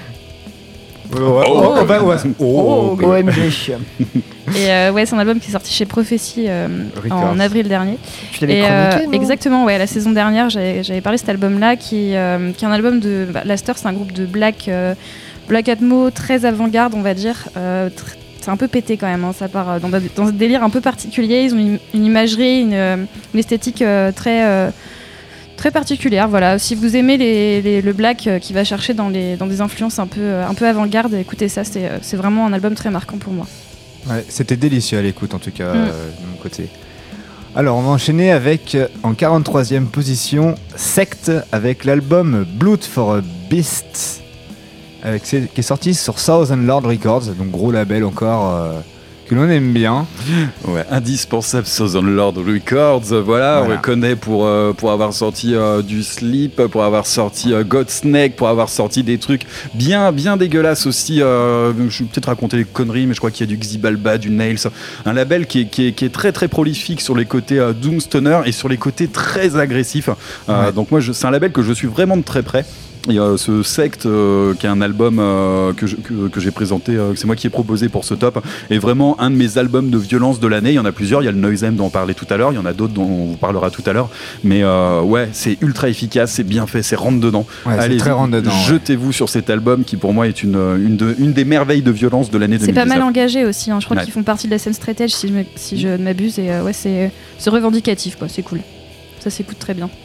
Oh, oh, oh, bah, ouais.
Oh, O M G.
Et euh, ouais, c'est un album qui est sorti chez Prophecy euh, en avril dernier.
Tu l'avais
Et,
chroniqué,
euh,
non
Exactement, ouais, la saison dernière, j'avais, j'avais parlé de cet album-là, qui, euh, qui est un album de... Bah, Laster, c'est un groupe de black, euh, black atmo, très avant-garde, on va dire. Euh, tr- c'est un peu pété quand même, hein, ça part dans, dans un délire un peu particulier. Ils ont une, une imagerie, une, une esthétique euh, très... Euh, très particulière, voilà. Si vous aimez les, les, le black euh, qui va chercher dans, les, dans des influences un peu, euh, un peu avant-garde, écoutez ça, c'est, euh, c'est vraiment un album très marquant pour moi.
Ouais, c'était délicieux à l'écoute en tout cas
Mm.
euh, de mon côté. Alors on va enchaîner avec euh, en quarante-troisième position Sect avec l'album Blood for a Beast avec, c'est, qui est sorti sur Thousand Lord Records, donc gros label encore euh, que l'on aime bien.
Ouais, indispensable Southern Lord Records, euh, voilà,
Voilà.
on le connaît pour, euh, pour avoir sorti euh, du Sleep, pour avoir sorti euh, Godsnake, pour avoir sorti des trucs bien, bien dégueulasses aussi. Euh, je vais peut-être raconter des conneries, mais je crois qu'il y a du Xibalba, du Nails, un label qui est, qui est, qui est très très prolifique sur les côtés euh, Doomstoner et sur les côtés très agressifs. Euh,
Ouais.
Donc moi, je, c'est un label que je suis vraiment de très près. Et euh, ce Sect, euh, qui est un album euh, que, je- que, que j'ai présenté, euh, que c'est moi qui ai proposé pour ce top, est vraiment un de mes albums de violence de l'année. Il y en a plusieurs, il y a le Noisem dont on parlait tout à l'heure, il y en a d'autres dont on vous parlera tout à l'heure. Mais euh, ouais, c'est ultra efficace, c'est bien fait, c'est rentre dedans.
Ouais, c'est
Allez,
très rentre dedans, ouais.
jetez-vous sur cet album qui pour moi est une, une, de- une des merveilles de violence de l'année deux
C'est
mille dix-neuf.
pas mal engagé aussi, hein. Je crois
Ouais.
qu'ils font partie de la scène Straight Edge si je, me- si je ne m'abuse, et euh, ouais, c'est, c'est revendicatif, quoi. C'est cool. Ça s'écoute très bien.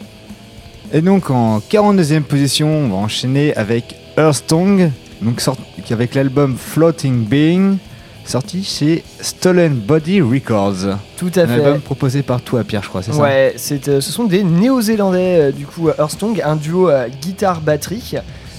Et donc en quarante-deuxième position, on va enchaîner avec Earthtongue, donc sort- avec l'album Floating Being, sorti chez Stolen Body Records.
Tout à
un
fait.
album proposé par toi, Pierre, je crois, c'est ça?
Ouais, c'est, euh, ce sont des Néo-Zélandais, euh, du coup, Earthtongue, un duo euh, guitare-batterie.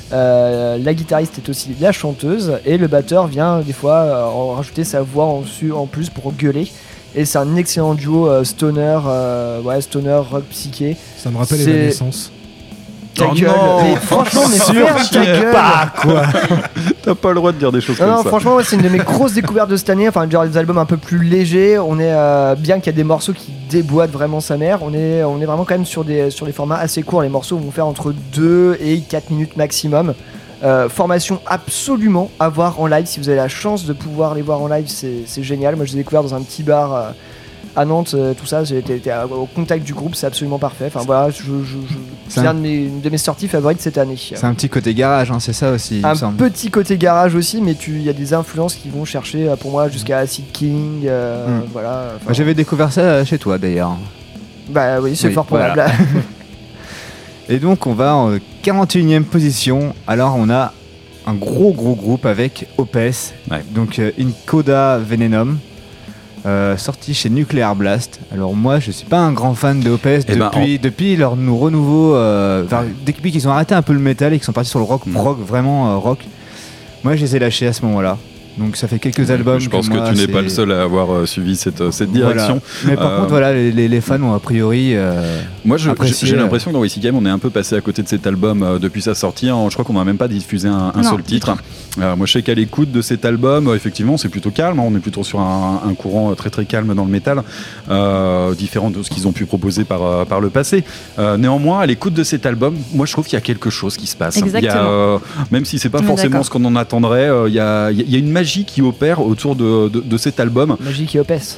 Euh, la guitariste est aussi la chanteuse et le batteur vient des fois euh, en rajouter sa voix en, su- en plus pour gueuler. Et c'est un excellent duo euh, stoner, euh, ouais, stoner, rock psyché.
Ça me rappelle
C'est-
Evanescence.
Ta
Oh
gueule,
non,
mais franchement, mais
sûr
ferme ta
qu'il est
gueule.
pas, quoi. T'as pas le droit de dire des choses
Non,
comme
non,
ça.
franchement, ouais, c'est une de mes grosses découvertes de cette année. Enfin, genre des albums un peu plus légers. On est euh, bien qu'il y a des morceaux qui déboîtent vraiment sa mère. On est, on est vraiment quand même sur des, sur des formats assez courts. Les morceaux vont faire entre deux et quatre minutes maximum. Euh, formation absolument à voir en live. Si vous avez la chance de pouvoir les voir en live, c'est, c'est génial. Moi, je les ai découverts dans un petit bar euh, à Nantes, euh, tout ça. J'ai été, été à- au contact du groupe, c'est absolument parfait. Enfin voilà, je, je, je- c'est
C'est un-
un de mes, une de mes sorties favorites de cette année.
C'est un petit côté garage, hein, c'est ça aussi, il me
Un
semble.
petit côté garage aussi, mais tu- il y a des influences qui vont chercher euh, pour moi jusqu'à Acid King, euh,
Mm.
voilà. enfin,
Moi, j'avais découvert ça euh, chez toi d'ailleurs.
Bah oui, c'est
Oui,
fort
voilà.
probable.
Et donc on va en quarante et unième position. Alors on a un gros gros groupe avec Opeth, donc euh, Incoda Venenum, euh, sorti chez Nuclear Blast. Alors moi je suis pas un grand fan de Opeth
Eh ben,
depuis, depuis leur nou- renouveau, euh, enfin, depuis qu'ils ont arrêté un peu le métal et qu'ils sont partis sur le rock, rock vraiment euh, rock. Moi je les ai lâchés à ce moment-là. Donc ça fait quelques albums.
Je pense que,
moi,
tu n'es
c'est-
pas le seul à avoir euh, suivi cette, euh, cette
Voilà.
direction.
Mais par
Euh,
contre voilà, les, les- les fans ont a priori. euh,
Moi, je- j'ai
apprécié,
j'ai
euh,
l'impression que dans Whisky Game, on est un peu passé à côté de cet album euh, depuis sa sortie. hein. Je crois qu'on n'a même pas diffusé un, un
Non,
seul
du
titre. Euh, moi, je sais qu'à l'écoute de cet album, euh, effectivement, c'est plutôt calme. hein. On est plutôt sur un, un courant euh, très très calme dans le métal, euh, différent de ce qu'ils ont pu proposer par, euh, par le passé. Euh, néanmoins, à l'écoute de cet album, moi, je trouve qu'il y a quelque chose qui se passe. Il y a,
Exactement.
euh, même si c'est pas
On est
forcément
d'accord.
ce qu'on en attendrait, euh, il y, a, il y a- il y a une magie qui opère autour de, de- de cet album.
Magie qui opesse.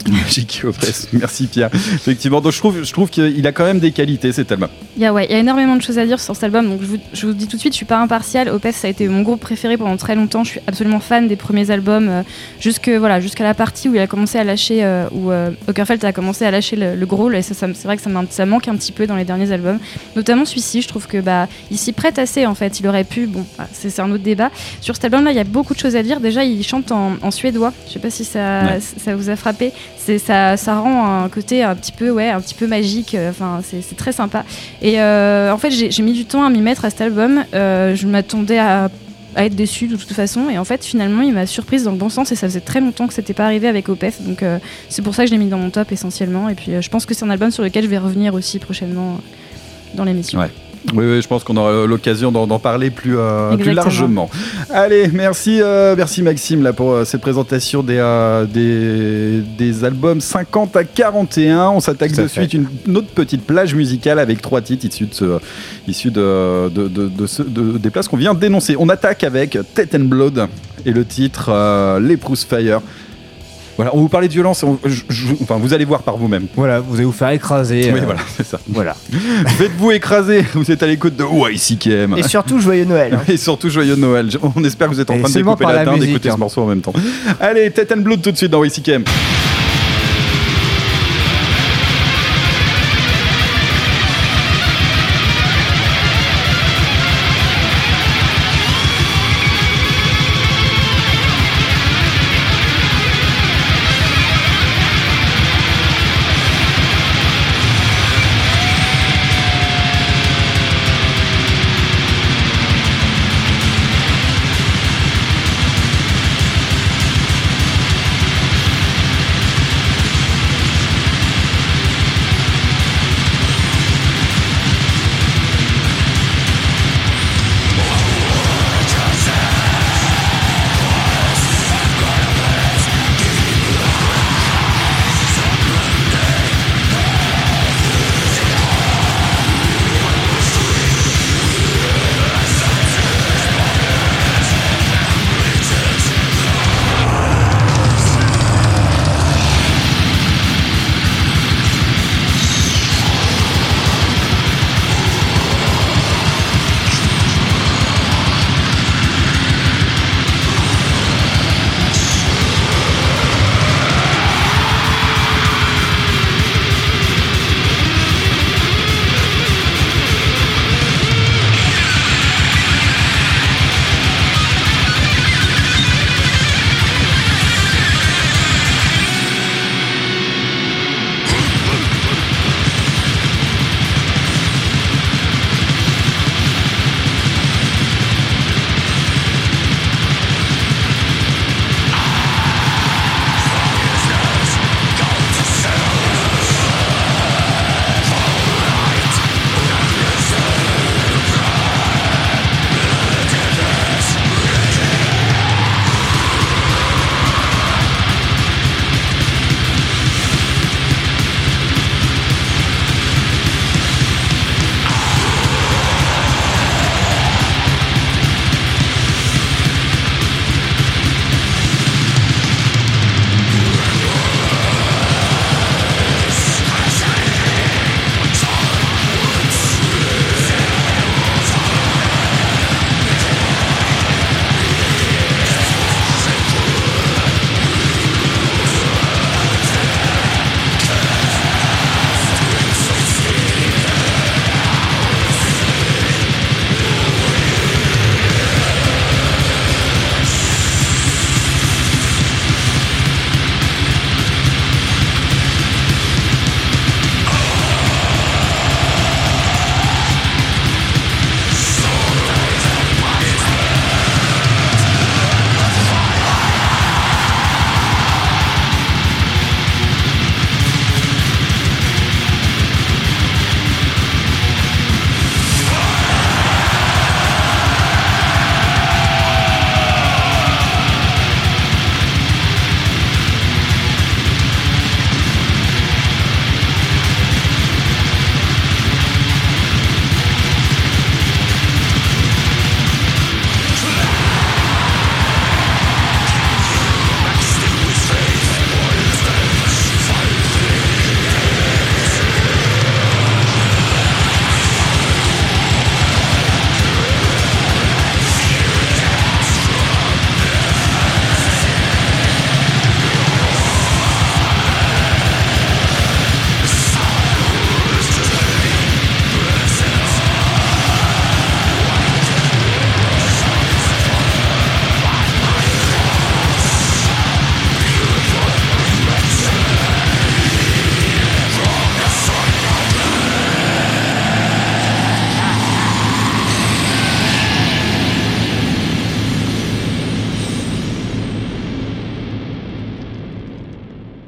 Magique Oppress. Merci Pierre. Effectivement, donc je trouve, je trouve qu'il a quand même des qualités cet album.
Il y a, ouais, il y a énormément de choses à dire sur cet album, donc je vous, je vous dis tout de suite, je suis pas impartiale. Opeth, ça a été mon groupe préféré pendant très longtemps. Je suis absolument fan des premiers albums, euh, jusque, voilà, jusqu'à la partie où il a commencé à lâcher, euh, où euh, Okerfeldt a commencé à lâcher le, le growl, et ça, ça, c'est vrai que ça, ça manque un petit peu dans les derniers albums, notamment celui-ci. Je trouve que bah, il s'y prête assez en fait. Il aurait pu, bon, c'est, c'est un autre débat. Sur cet album-là, il y a beaucoup de choses à dire. Déjà, il chante en, en suédois. Je sais pas si ça, ouais. ça vous a frappé. C'est, ça, ça rend un côté un petit peu, ouais, un petit peu magique. Enfin, euh, c'est, c'est très sympa. Et euh, en fait, j'ai, j'ai mis du temps à m'y mettre à cet album. Euh, je m'attendais à, à être déçue de toute façon. Et en fait, finalement, il m'a surprise dans le bon sens. Et ça faisait très longtemps que c'était pas arrivé avec Opeth. Donc, euh, c'est pour ça que je l'ai mis dans mon top essentiellement. Et puis, euh, je pense que c'est un album sur lequel je vais revenir aussi prochainement euh, dans l'émission.
Ouais. Oui, oui, je pense qu'on aura l'occasion d'en, d'en parler plus, euh, plus largement. Allez, merci, euh, merci Maxime là, pour euh, cette présentation des, euh, des, des albums cinquante à quarante et un. On s'attaque de suite une, une autre petite plage musicale avec trois titres issus, de ce, issus de, de, de, de, ce, de, des places qu'on vient d'énoncer. On attaque avec Tate and Blood et le titre euh, Leprous Fire. Voilà, on vous parlait de violence, on, je, je, enfin vous allez voir par vous-même.
Voilà, vous allez vous faire écraser.
Oui,
euh...
voilà, c'est ça.
Voilà.
Faites-vous écraser, vous êtes à l'écoute de Y C K M.
Et surtout joyeux Noël.
Et surtout joyeux Noël. On espère que vous êtes en
Et
train de découper la dinde, d'écouter
hein.
ce morceau en même temps. Allez, Tate and Blood tout de suite dans Y C K M.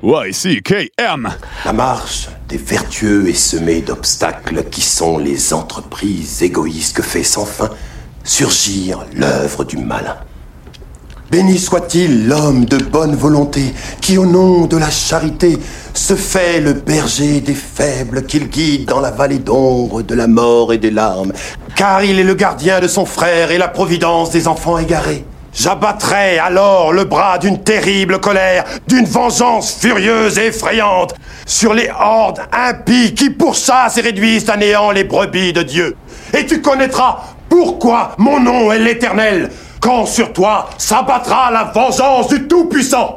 Y C K M.
La marche des vertueux est semée d'obstacles qui sont les entreprises égoïstes que fait sans fin surgir l'œuvre du malin. Béni soit-il l'homme de bonne volonté qui, au nom de la charité, se fait le berger des faibles qu'il guide dans la vallée d'ombre de la mort et des larmes, car il est le gardien de son frère et la providence des enfants égarés. J'abattrai alors le bras d'une terrible colère, d'une vengeance furieuse et effrayante, sur les hordes impies qui pourchassent et réduisent à néant les brebis de Dieu. Et tu connaîtras pourquoi mon nom est l'Éternel, quand sur toi s'abattra la vengeance du Tout-Puissant.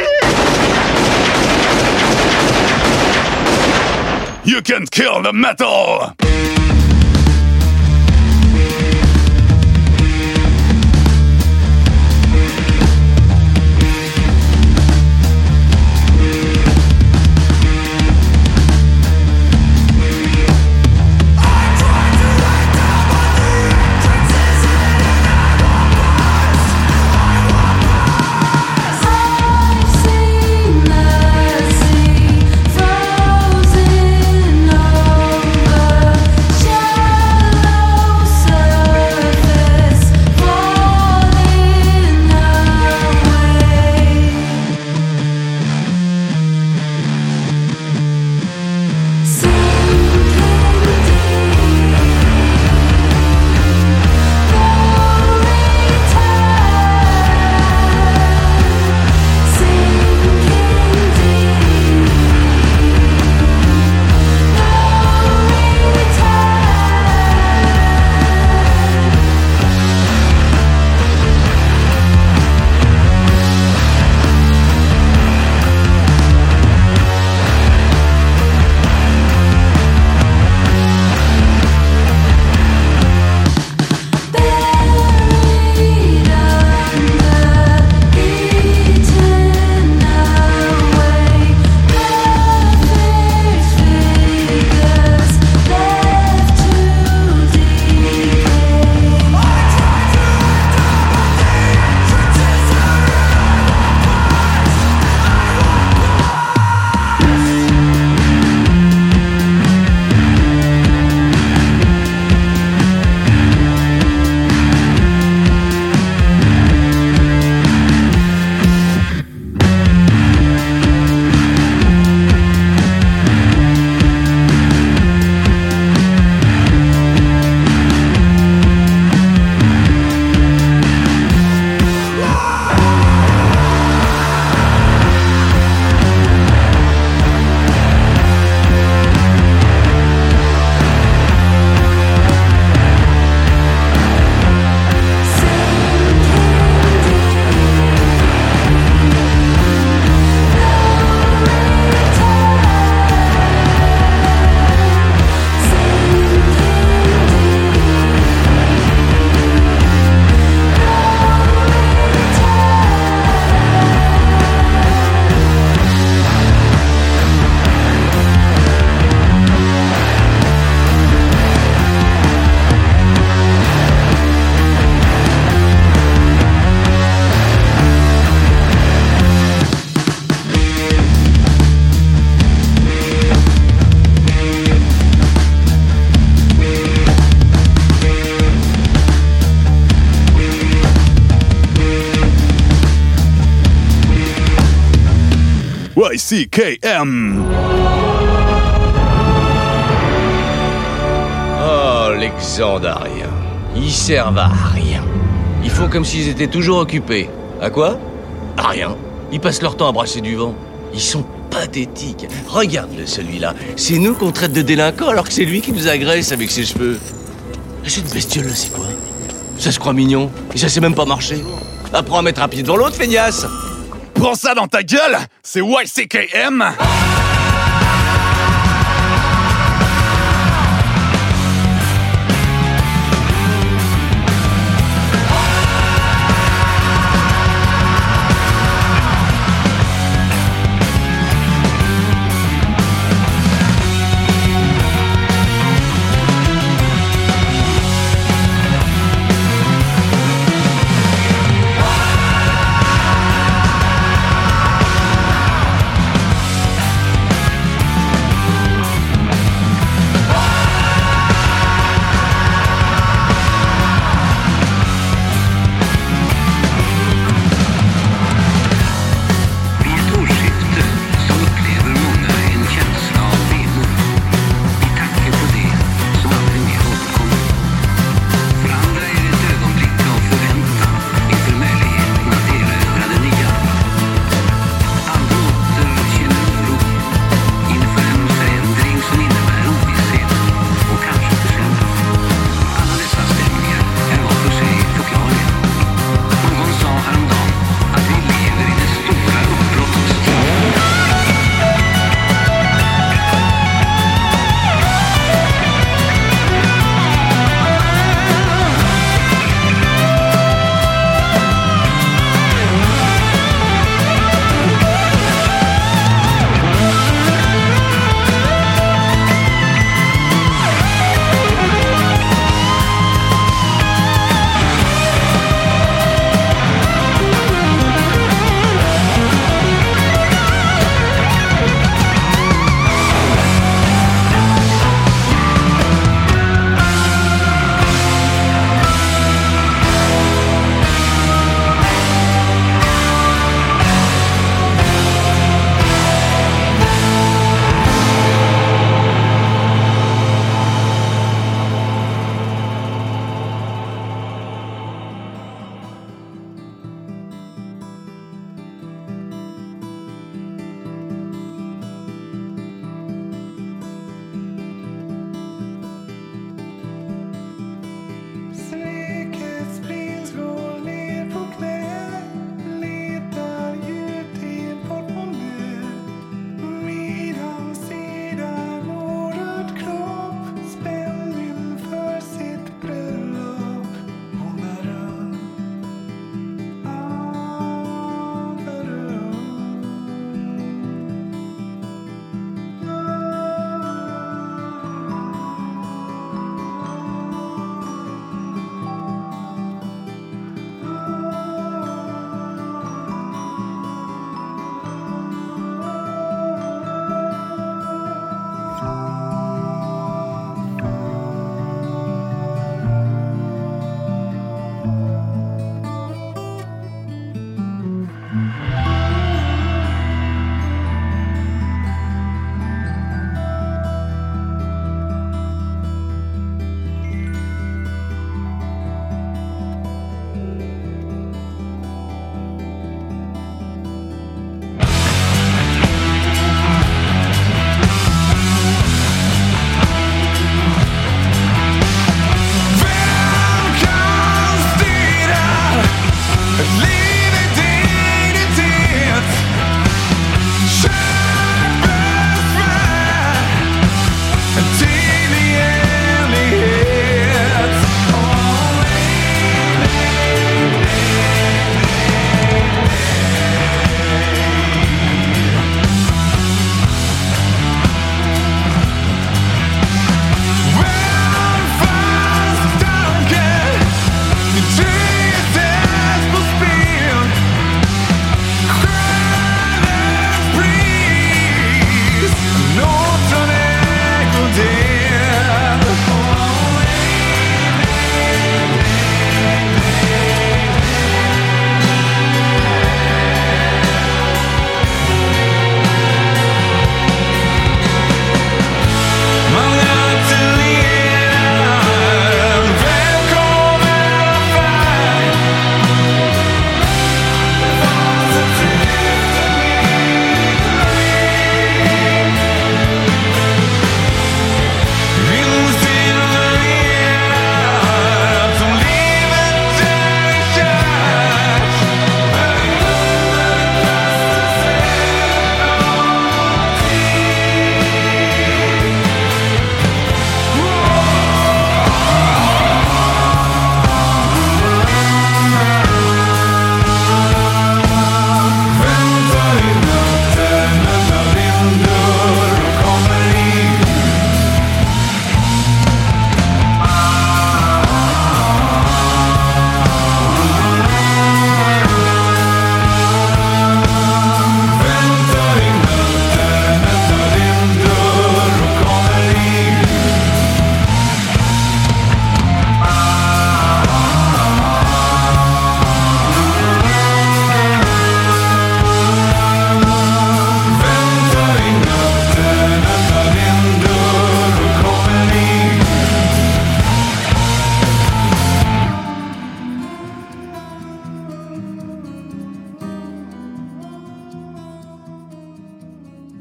You can kill the metal! Y C K M.
Oh, les Xandariens. Ils servent à rien. Ils font comme s'ils étaient toujours occupés. À quoi? À rien. Ils passent leur temps à brasser du vent. Ils sont pathétiques. Regarde-le, celui-là. C'est nous qu'on traite de délinquants alors que c'est lui qui nous agresse avec ses cheveux. Cette bestiole-là, c'est quoi? Ça se croit mignon. Et ça sait même pas marcher. Apprends à mettre un pied devant l'autre, feignasse.
Prends ça dans ta gueule, c'est Y C K M.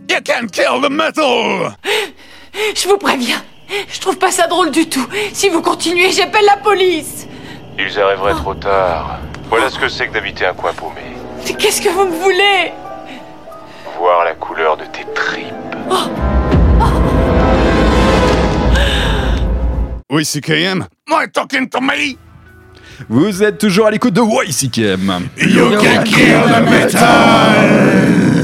You can kill the metal!
Je vous préviens, je trouve pas ça drôle du tout. Si vous continuez, j'appelle la police.
Ils arriveraient trop tard. Voilà ce que c'est que d'habiter un coin paumé.
Mais qu'est-ce que vous me voulez?
Voir la couleur de tes tripes.
Oh.
Y C K M? Am I talking to me?
Vous êtes toujours à l'écoute de Y C K M.
You can kill the metal!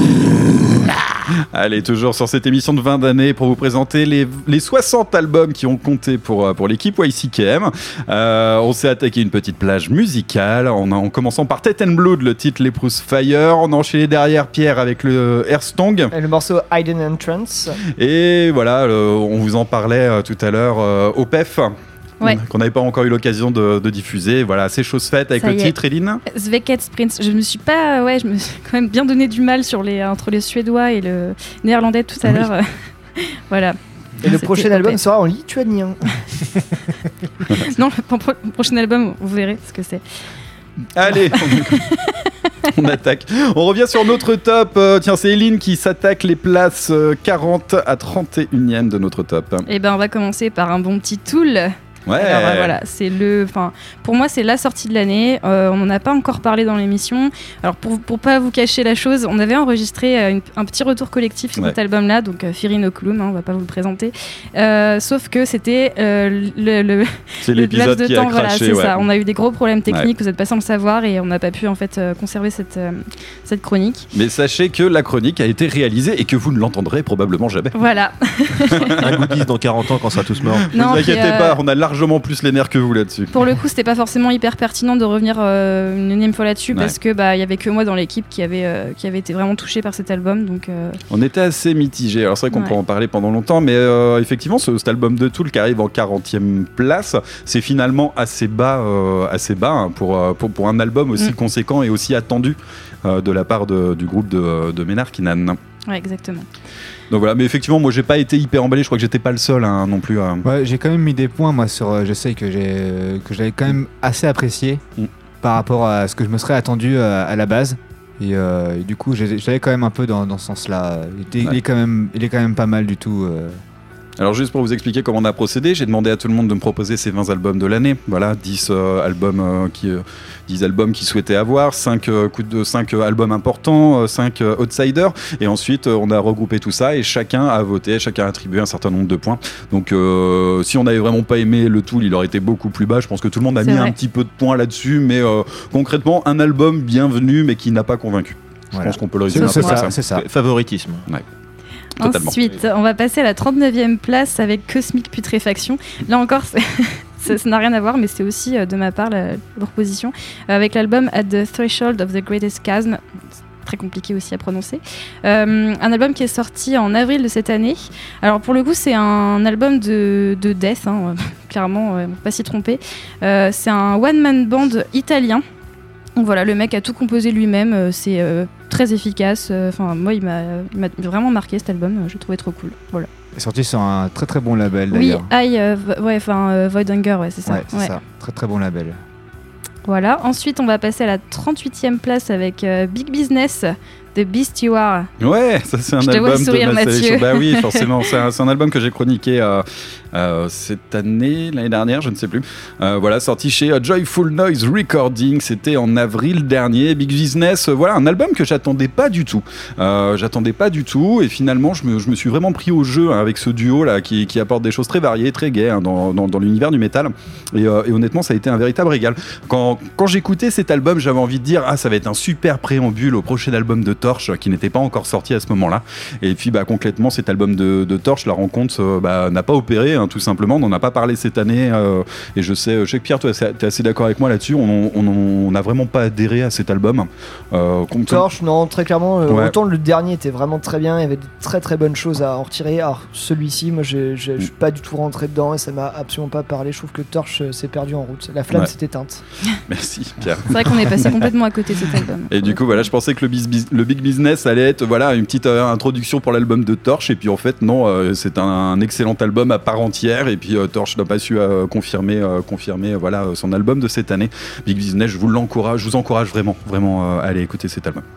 Allez, toujours sur cette émission de vingt d'années pour vous présenter les, les soixante albums qui ont compté pour, pour l'équipe Y C K M. Euh, on s'est attaqué une petite plage musicale en, en commençant par Tate and Blood, le titre Leprous Fire. On a enchaîné derrière Pierre avec le Airstong.
Et le morceau Hidden Entrance.
Et voilà, le, on vous en parlait euh, tout à l'heure euh, au P E F.
Ouais.
Qu'on n'avait pas encore eu l'occasion de, de diffuser. Voilà, c'est chose faite avec
Ça
le
y est.
titre, Eline.
Sveket Sprint. Je me suis pas, ouais, je me suis quand même bien donné du mal sur les entre les Suédois et le néerlandais tout à
Oui.
l'heure. Voilà.
Et le
C'était
prochain
O P.
album sera en lituanien.
Non, le pro- prochain album, vous verrez ce que c'est.
Allez, on, on attaque. On revient sur notre top. Euh, tiens, c'est Eline qui s'attaque les places euh, quarante à trente et unième de notre top.
Et ben, on va commencer par un bon petit Tool.
Ouais.
Alors euh, voilà, c'est le, enfin, pour moi c'est la sortie de l'année. Euh, on n'en a pas encore parlé dans l'émission. Alors pour pour pas vous cacher la chose, on avait enregistré euh, une- un petit retour collectif sur
Ouais.
cet album-là, donc euh, Fear Inoculum, hein, on va pas vous le présenter. Euh, sauf que c'était euh, le, le,
C'est
le
l'épisode
laps de
qui a
temps, voilà,
craché,
c'est
ouais.
ça. On a eu des gros problèmes techniques,
Ouais.
vous êtes pas sans le savoir, et on n'a pas pu en fait euh, conserver cette euh, cette chronique.
Mais sachez que la chronique a été réalisée et que vous ne l'entendrez probablement jamais.
Voilà.
Un goodies dans quarante ans quand on sera tous morts.
Ne
Non,
vous
puis,
inquiétez
euh,
pas, on a largement plus les nerfs que vous là-dessus.
Pour le coup, c'était pas forcément hyper pertinent de revenir euh, une énième fois là-dessus
Ouais.
parce que bah il y avait que moi dans l'équipe qui avait euh, qui avait été vraiment touché par cet album, donc euh,
On était assez mitigés. Alors c'est vrai qu'on
Ouais.
peut en parler pendant longtemps, mais euh, effectivement, ce, cet album de Tool qui arrive en quarantième place, c'est finalement assez bas, euh, assez bas hein, pour, euh, pour, pour un album aussi
Mm.
conséquent et aussi attendu euh, de la part de- du groupe de, de Ménard Kinan.
ouais, exactement.
Donc voilà, mais effectivement, moi j'ai pas été hyper emballé. Je crois que j'étais pas le seul hein, non plus. hein.
Ouais, j'ai quand même mis des points, moi, sur. euh, Je sais que j'ai euh, que j'avais quand même assez apprécié
Mm.
par rapport à ce que je me serais attendu euh, à la base. Et, euh, et du coup, j'ai- j'allais quand même un peu dans, dans ce sens-là. Il, était- il
Ouais.
est quand même, il est quand même pas mal du tout. euh.
Alors juste pour vous expliquer comment on a procédé, j'ai demandé à tout le monde de me proposer ses vingt albums de l'année. Voilà, dix euh, albums euh, qui euh, dix albums qu'ils souhaitaient avoir, cinq euh, coups de cinq albums importants, euh, cinq euh, outsiders et ensuite euh, on a regroupé tout ça et chacun a voté, chacun a attribué un certain nombre de points. Donc euh, si on n'avait vraiment pas aimé le Tool, il aurait été beaucoup plus bas. Je pense que tout le monde a
C'est
mis
vrai.
un petit peu de points là-dessus, mais euh, concrètement un album bienvenu mais qui n'a pas convaincu. Je
Voilà.
pense qu'on peut le résumer un
C'est
peu
ça,
comme ça.
c'est ça.
Favoritisme.
Ouais. Totalement.
Ensuite, on va passer à la trente-neuvième place avec Cosmic Putréfaction. Là encore, c'est- ça ça n'a rien à voir, mais c'est aussi euh, de ma part la, la proposition euh, avec l'album At the Threshold of the Greatest Chasm. C'est très compliqué aussi à prononcer. Euh, un album qui est sorti en avril de cette année. Alors pour le coup, c'est un album de, de death, hein, clairement, euh, on peut pas s'y tromper. Euh, c'est un one-man band italien. Donc voilà, le mec a tout composé lui-même, euh, c'est euh, très efficace. Enfin, moi, il m'a il m'a vraiment marqué cet album, euh, je le trouvais trop cool. Voilà.
Il est sorti sur un très très bon label
Oui,
d'ailleurs.
I, euh, v- ouais, enfin, euh, Void Hunger, ouais, c'est ça.
Ouais, c'est
Ouais.
ça. Très très bon label.
Voilà. Ensuite, on va passer à la trente-huitième place avec euh, Big Business de Beast You Are.
Ouais, ça c'est un
Je te vois
album
sourire,
de ma
Mathieu.
sélection. Bah oui, forcément, c'est un, c'est un album que j'ai chroniqué euh, euh, cette année, l'année dernière, je ne sais plus. Euh, voilà, sorti chez euh, Joyful Noise Recording, c'était en avril dernier. Big Business, euh, voilà, un album que j'attendais pas du tout. Euh, j'attendais pas du tout, et finalement, je me, je me suis vraiment pris au jeu hein, avec ce duo là qui, qui apporte des choses très variées, très gaies hein, dans, dans, dans l'univers du métal. Et, euh, et honnêtement, ça a été un véritable régal. Quand, quand j'écoutais cet album, j'avais envie de dire ah ça va être un super préambule au prochain album de Torche qui n'était pas encore sorti à ce moment-là. Et puis bah concrètement, cet album de, de Torche, la rencontre euh, bah, n'a pas opéré hein, tout simplement. On n'en a pas parlé cette année. Euh, et je sais, je sais que Pierre, toi, tu es assez d'accord avec moi là-dessus. On on- on n'a vraiment pas adhéré à cet album. Euh, compte-
Torche, non, très clairement. euh,
Ouais.
Autant le dernier était vraiment très bien, il y avait de très très bonnes choses à en retirer. Alors celui-ci, moi, j'ai- j'ai- je suis pas du tout rentré dedans et ça m'a absolument pas parlé. Je trouve que Torche euh, s'est perdu en route. La flamme
Ouais.
s'est éteinte.
Merci Pierre.
C'est vrai qu'on est passé complètement à côté de cet album.
Et du coup, voilà, je pensais que le, bis- bis- le Big Business allait être voilà, une petite euh, introduction pour l'album de Torche. Et puis en fait, non, euh, c'est un, un excellent album à part entière. Et puis euh, Torche n'a pas su euh, confirmer, euh, confirmer euh, voilà, euh, son album de cette année. Big Business, je vous l'encourage, je vous encourage vraiment, vraiment euh, à aller écouter cet album.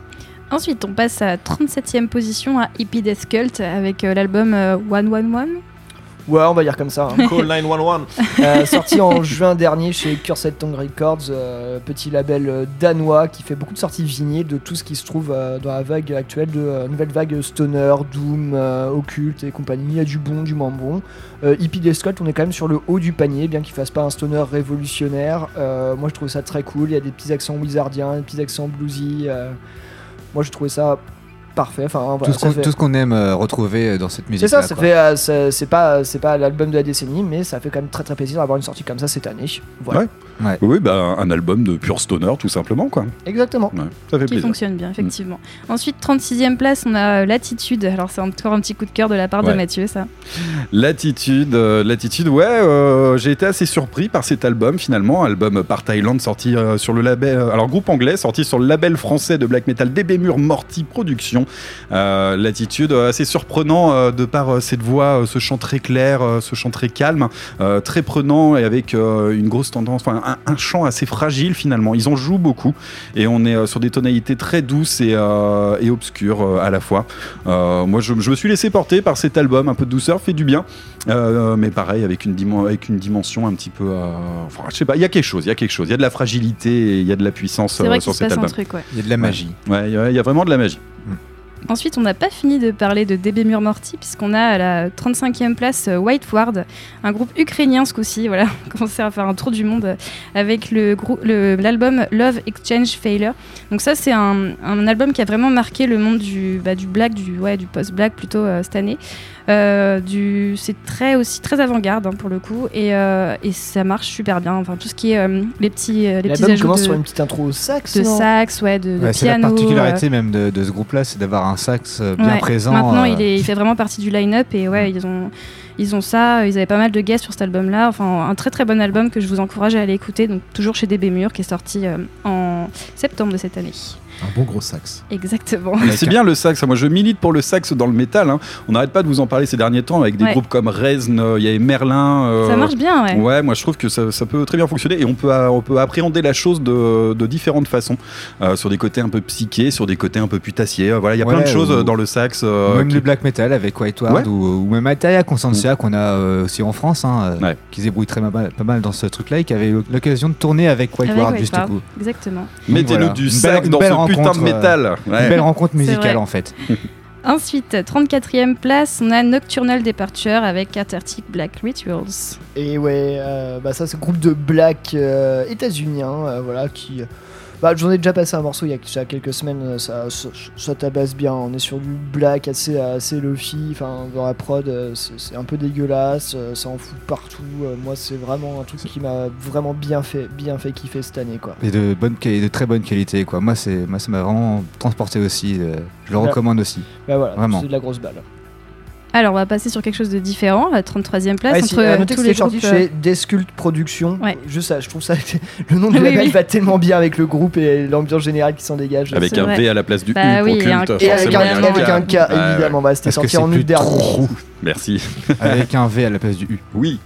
Ensuite, on passe à trente-septième position à Hippie Death Cult avec euh, l'album euh, one one one.
Ouais, on va dire comme ça. Hein.
Call neuf un un.
Euh, sorti en juin dernier chez Cursed Tongue Records, euh, petit label euh, danois qui fait beaucoup de sorties vinyles de tout ce qui se trouve euh, dans la vague actuelle de euh, nouvelle vague stoner, doom, euh, occulte et compagnie. Il y a du bon, du moins bon. Euh, Hippie Death Cult, on est quand même sur le haut du panier, bien qu'il fasse pas un stoner révolutionnaire. Euh, moi, je trouve ça très cool. Il y a des petits accents wizardiens, des petits accents bluesy. Euh, moi, j'ai trouvé ça parfait. Enfin, voilà,
tout, ce qu'on,
fait...
tout ce qu'on aime euh, retrouver dans cette musique.
C'est ça, ça fait, euh, c'est, c'est pas, c'est pas l'album de la décennie, mais ça fait quand même très très plaisir d'avoir une sortie comme ça cette année. Voilà.
Ouais. Ouais. Oui, bah, un album de pur stoner, tout simplement, quoi.
Exactement.
Ouais, ça fait
Qui
plaisir.
fonctionne bien, effectivement. Mmh. Ensuite, trente-sixième place, on a Latitude. Alors, c'est encore un petit coup de cœur de la part
ouais.
de Mathieu, ça.
Latitude, euh, Latitude, ouais, euh, j'ai été assez surpris par cet album, finalement. Album par Thaïlande, sorti euh, sur le label. Euh, alors, groupe anglais, sorti sur le label français de black metal D B Mur Morty Productions. Euh, Latitude, euh, assez surprenant euh, de par euh, cette voix, euh, ce chant très clair, euh, ce chant très calme, euh, très prenant et avec euh, une grosse tendance, enfin, un, un chant assez fragile finalement. Ils en jouent beaucoup et on est euh, sur des tonalités très douces et, euh, et obscures euh, à la fois. Euh, moi, je, je me suis laissé porter par cet album, un peu de douceur fait du bien, euh, mais pareil avec une, dim- avec une dimension un petit peu, euh, enfin, je sais pas, il y a quelque chose, il y a quelque chose, il y a de la fragilité et il y a de la puissance
C'est vrai
euh, sur
qu'il se
cet
passe
album.
un truc, ouais.
Il y a de la magie.
Ouais, il y, y a vraiment de la magie.
Ensuite, on n'a pas fini de parler de D B Mur Morty, puisqu'on a à la trente-cinquième place euh, White Ward, un groupe ukrainien ce coup-ci. Voilà, on commence à faire un tour du monde euh, avec le grou- le, l'album Love Exchange Failure. Donc ça, c'est un, un album qui a vraiment marqué le monde du, bah, du black, du, ouais, du post-black plutôt euh, cette année. Euh, du, c'est très aussi très avant-garde hein, pour le coup et, euh, et ça marche super bien. Enfin tout ce qui est euh, les petits euh, les petits
L'album
ajouts
commence
de,
sur une petite intro au sax,
de
non
sax, ouais, de, de
Ouais, c'est
piano.
la particularité
euh,
même de, de ce groupe-là, c'est d'avoir un sax euh, bien
ouais.
présent.
Maintenant,
euh,
il, est, il fait vraiment partie du line-up et ouais, ils ont ils ont ça. Ils avaient pas mal de guests sur cet album-là. Enfin, un très très bon album que je vous encourage à aller écouter. Donc toujours chez D B Mur, qui est sorti euh, en septembre de cette année.
Un bon gros sax.
Exactement.
Mais c'est bien le sax, moi je milite pour le sax dans le métal, hein. On n'arrête pas de vous en parler ces derniers temps avec des
ouais.
groupes comme Reznn, il y avait Merlin. Euh,
ça marche bien, ouais.
Ouais, moi je trouve que ça, ça peut très bien fonctionner et on peut, on peut appréhender la chose de, de différentes façons, euh, sur des côtés un peu psychés, sur des côtés un peu putassiers. Voilà, il y a
Ouais,
plein de choses
ou,
dans le sax. Euh,
ou même
qui...
le black metal avec White Ward
ouais.
ou, ou même Ataria Constantia mmh. qu'on a euh, aussi en France, hein, euh,
ouais.
qui se débrouille très mal, pas mal dans ce truc-là et qui avait l'occasion de tourner avec White
avec
Ward
White
juste
Ward.
coup.
Exactement.
Mettez-nous
voilà.
du
Une
sax
belle,
dans
belle
ce putain de métal.
Ouais. Une belle rencontre musicale en fait.
Ensuite, trente-quatrième place, on a Nocturnal Departure avec Athertic Black Rituals.
Et ouais, euh, bah ça c'est un groupe de black euh, états-unien, euh, voilà, qui... Bah, j'en ai déjà passé un morceau il y a déjà quelques semaines, ça, ça, ça tabasse bien, on est sur du black assez, assez lofi, enfin dans la prod c'est, c'est un peu dégueulasse, ça en fout partout, moi c'est vraiment un truc qui m'a vraiment bien fait, bien fait kiffer cette année quoi.
Et de, bonne, de très bonne qualité quoi, moi, c'est, moi ça m'a vraiment transporté aussi, je le bah, recommande aussi.
Bah voilà,
vraiment.
C'est de la grosse balle.
Alors, on va passer sur quelque chose de différent, à la trente-troisième place.
Ah,
entre
si, euh,
tous les
sorti
groupes...
chez Descult Productions.
Ouais.
Juste ça, je trouve ça. Le nom du
oui,
label
oui.
va tellement bien avec le groupe et l'ambiance générale qui s'en dégage.
Avec
c'est
un
vrai.
V à la place du
bah,
U
oui,
pour culte.
Et avec un,
un,
avec un K,
ouais,
évidemment.
ouais.
Bah, c'était
Est-ce
sorti
que
en
c'est
août dernier.
Merci.
Avec un V à la place du U.
Oui.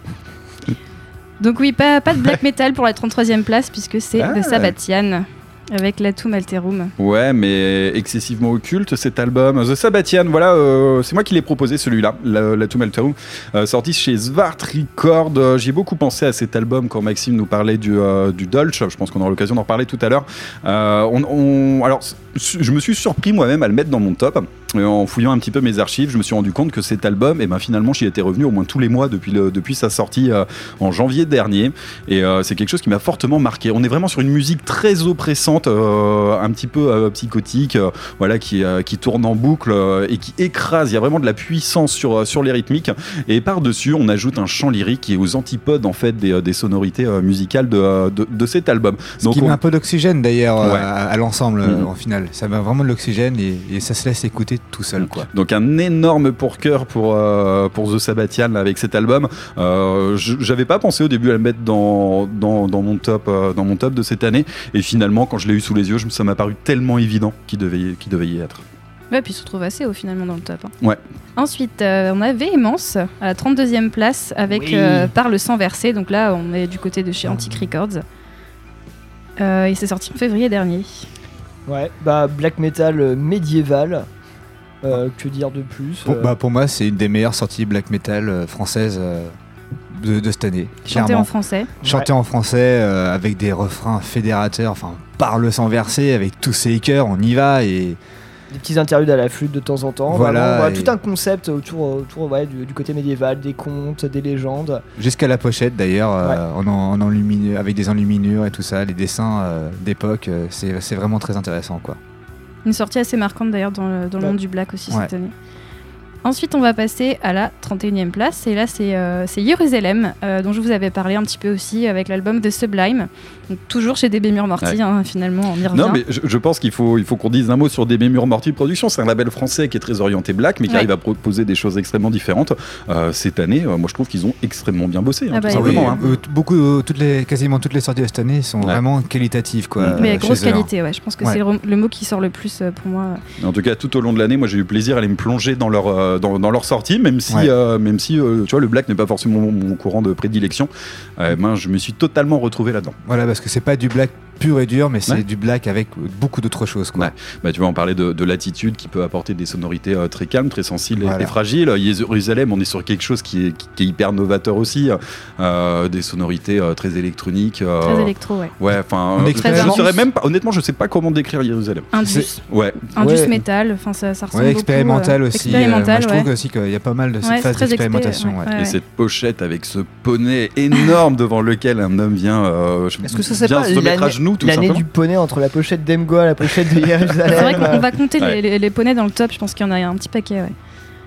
Donc oui, pas, pas de black metal pour la trente-troisième place puisque c'est
ah.
The Sabbatian. Avec Latum Alterum.
Ouais, mais excessivement occulte cet album. The Sabbatian, voilà, euh, c'est moi qui l'ai proposé celui-là, Latum Alterum, euh, sorti chez Svart Record. Euh, J'y ai beaucoup pensé à cet album quand Maxime nous parlait du, euh, du Dolch. Je pense qu'on aura l'occasion d'en reparler tout à l'heure. Euh, on, on, alors, je me suis surpris moi-même à le mettre dans mon top. En fouillant un petit peu mes archives, je me suis rendu compte que cet album, et ben finalement, j'y étais revenu au moins tous les mois depuis, le, depuis sa sortie euh, en janvier dernier. Et euh, c'est quelque chose qui m'a fortement marqué. On est vraiment sur une musique très oppressante, euh, un petit peu euh, psychotique, euh, voilà, qui, euh, qui tourne en boucle euh, et qui écrase. Il y a vraiment de la puissance sur, sur les rythmiques. Et par-dessus, on ajoute un chant lyrique qui est aux antipodes en fait des, des sonorités euh, musicales de, de, de cet album.
Ce
Donc,
qui
on...
met un peu d'oxygène d'ailleurs
ouais.
à, à l'ensemble
mmh.
euh, en finale. Ça met vraiment de l'oxygène et, et ça se laisse écouter tout seul quoi.
Donc un énorme pour cœur pour, euh, pour The Sabbatian avec cet album. Euh, j'avais pas pensé au début à le mettre dans, dans, dans, mon top, euh, dans mon top de cette année et finalement quand je l'ai eu sous les yeux ça m'a paru tellement évident qu'il devait, qu'il devait y être.
Ouais, puis il se retrouve assez haut finalement dans le top. Hein.
Ouais.
Ensuite, euh, on a Véhémence à la trente-deuxième place avec
oui.
euh, Par le sang versé. Donc là, on est du côté de chez Antique Records. Euh, et c'est sorti en février dernier.
Ouais, bah black metal euh, médiéval. Euh, que dire de plus
Pour,
euh,
bah, pour moi, c'est une des meilleures sorties black metal euh, françaises euh, de, de cette année.
Chanté
clairement.
en français.
Chanté
Ouais.
en français euh, avec des refrains fédérateurs, enfin, parle sans verser, avec tous ces chœurs, on y va et.
Des petits interludes à la flûte de temps en temps.
Voilà,
Vraiment, voilà,
et-
tout un concept autour, autour ouais, du, du côté médiéval, des contes, des légendes.
Jusqu'à la pochette d'ailleurs, euh,
Ouais.
en, en, en enluminu- avec des enluminures et tout ça, les dessins euh, d'époque, euh, c'est, c'est vraiment très intéressant quoi.
Une sortie assez marquante d'ailleurs dans le, dans le
Ouais.
monde du black aussi
Ouais.
cette année. Ensuite, on va passer à la trente et unième place. Et là, c'est euh, c'est Jérusalem, euh, dont je vous avais parlé un petit peu aussi avec l'album The Sublime. Donc, toujours chez D B Mur Morty,
Ouais.
hein, finalement, on y revient.
Non, mais je, je pense qu'il faut, il faut qu'on dise un mot sur des Mur Morty Productions. C'est un label français qui est très orienté black, mais qui
Ouais.
arrive à proposer des choses extrêmement différentes. Euh, cette année, euh, moi, je trouve qu'ils ont extrêmement bien bossé. hein,
Ah bah,
tout
oui.
simplement. hein.
Euh, t- beaucoup, euh, toutes les, quasiment toutes les sorties de cette année sont vraiment qualitatives quoi.
Mais
euh,
grosse
chez eux, hein.
qualité, ouais. Je pense que
Ouais.
c'est le, le mot qui sort le plus euh, pour moi.
En tout cas, tout au long de l'année, moi, j'ai eu plaisir à aller me plonger dans leur, euh, dans, dans leur sortie, même si,
Ouais.
euh, même si euh, tu vois, le black n'est pas forcément mon, mon courant de prédilection. Euh, ben, je me suis totalement retrouvé là-dedans.
Voilà, parce que c'est pas du black pur et dur, mais c'est
Ouais.
du black avec beaucoup d'autres choses quoi.
Ouais. Bah, tu vois, on parlait de, de l'attitude qui peut apporter des sonorités euh, très calmes, très sensibles et-
Voilà.
et, fragiles. Jérusalem, on est sur quelque chose qui est, qui, qui est hyper novateur aussi. Euh, des sonorités euh, très électroniques. euh,
Très électro, ouais.
Ouais, enfin,
On
euh,
expérimente.
je saurais même pas, honnêtement, je sais pas comment décrire Jérusalem.
Indus.
Ouais.
Indus
Ouais.
métal, enfin ça, ça ressemble
Ouais,
beaucoup,
expérimental
euh,
aussi. euh,
expérimental,
moi, je trouve
ouais.
aussi qu'il y a pas mal de cette
Ouais, c'est
phase
très expé-
d'expérimentation.
ouais,
ouais.
ouais.
Et cette pochette avec ce poney énorme devant lequel un homme vient, euh,
Est-ce que ça c'est
vient
pas
se mettre à
l'année,
genoux, tout
l'année
simplement.
du poney entre la pochette d'Emgoa et la pochette de Jérusalem?
C'est vrai qu'on va compter
Ouais.
les, les, les poneys dans le top, je pense qu'il y en a un petit paquet, ouais.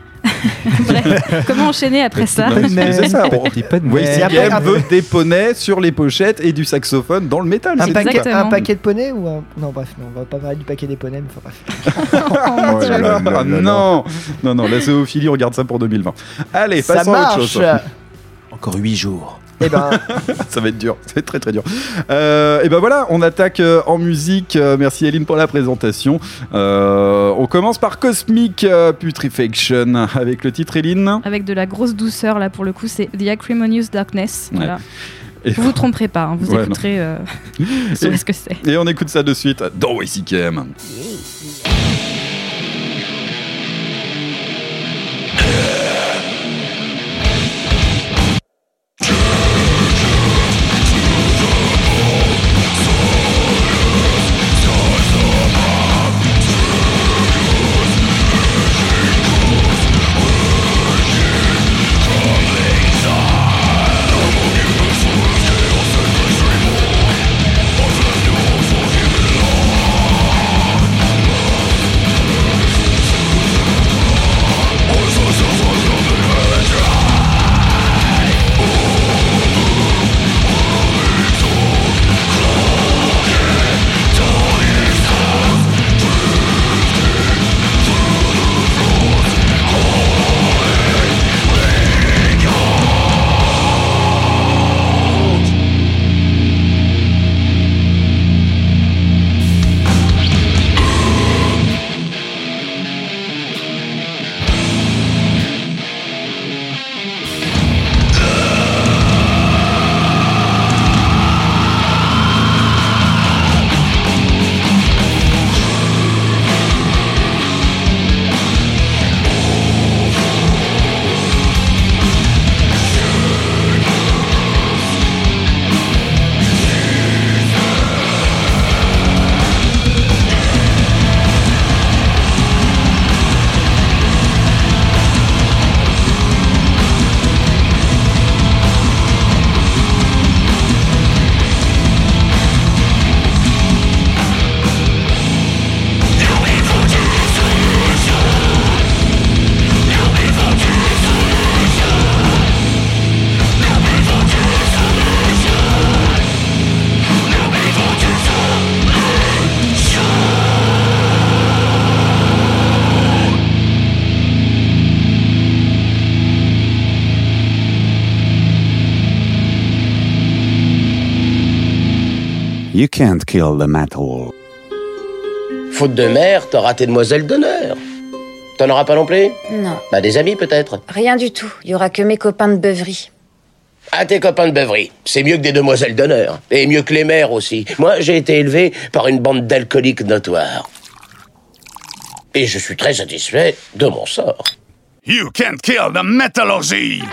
Bref, comment enchaîner après ça
Non, mais c'est ça. on-
Petit peu de
Voici
Et après,
Game
après-
veut des poneys sur les pochettes et du saxophone dans le métal.
Un
c'est
paquet,
tout, quoi.
Exactement.
un paquet de poneys ou un... Non bref, non, on va pas parler du paquet des poneys, mais enfin bref.
Oh là là là là. non, non, non, la zoophilie, on regarde ça pour deux mille vingt. Allez,
Ça
passons à autre
marche.
chose.
Encore huit jours.
Eh ben,
Ça va être dur, ça va être très très dur. Euh, et ben voilà, on attaque euh, en musique. Euh, merci Eline pour la présentation. Euh, on commence par Cosmic euh, Putrefaction avec le titre Eline.
Avec de la grosse douceur, là pour le coup, c'est The Acrimonious Darkness.
Ouais.
Voilà.
Et,
Vous vous tromperez pas, hein, vous
Ouais, non.
écouterez, euh, vous saurez ce que c'est.
et on écoute ça de suite dans Y C K M.
You can't kill the metal.
Faute de mère, t'as raté demoiselle d'honneur. T'en auras pas non plus?
Non,
Bah des amis peut-être.
rien du tout. Il y aura que mes copains de beuverie.
À tes copains de beuverie. C'est mieux que des demoiselles d'honneur. Et mieux que les mères aussi. Moi, j'ai été élevé par une bande d'alcooliques notoires. Et je suis très satisfait de mon sort.
You can't kill the metallurgy!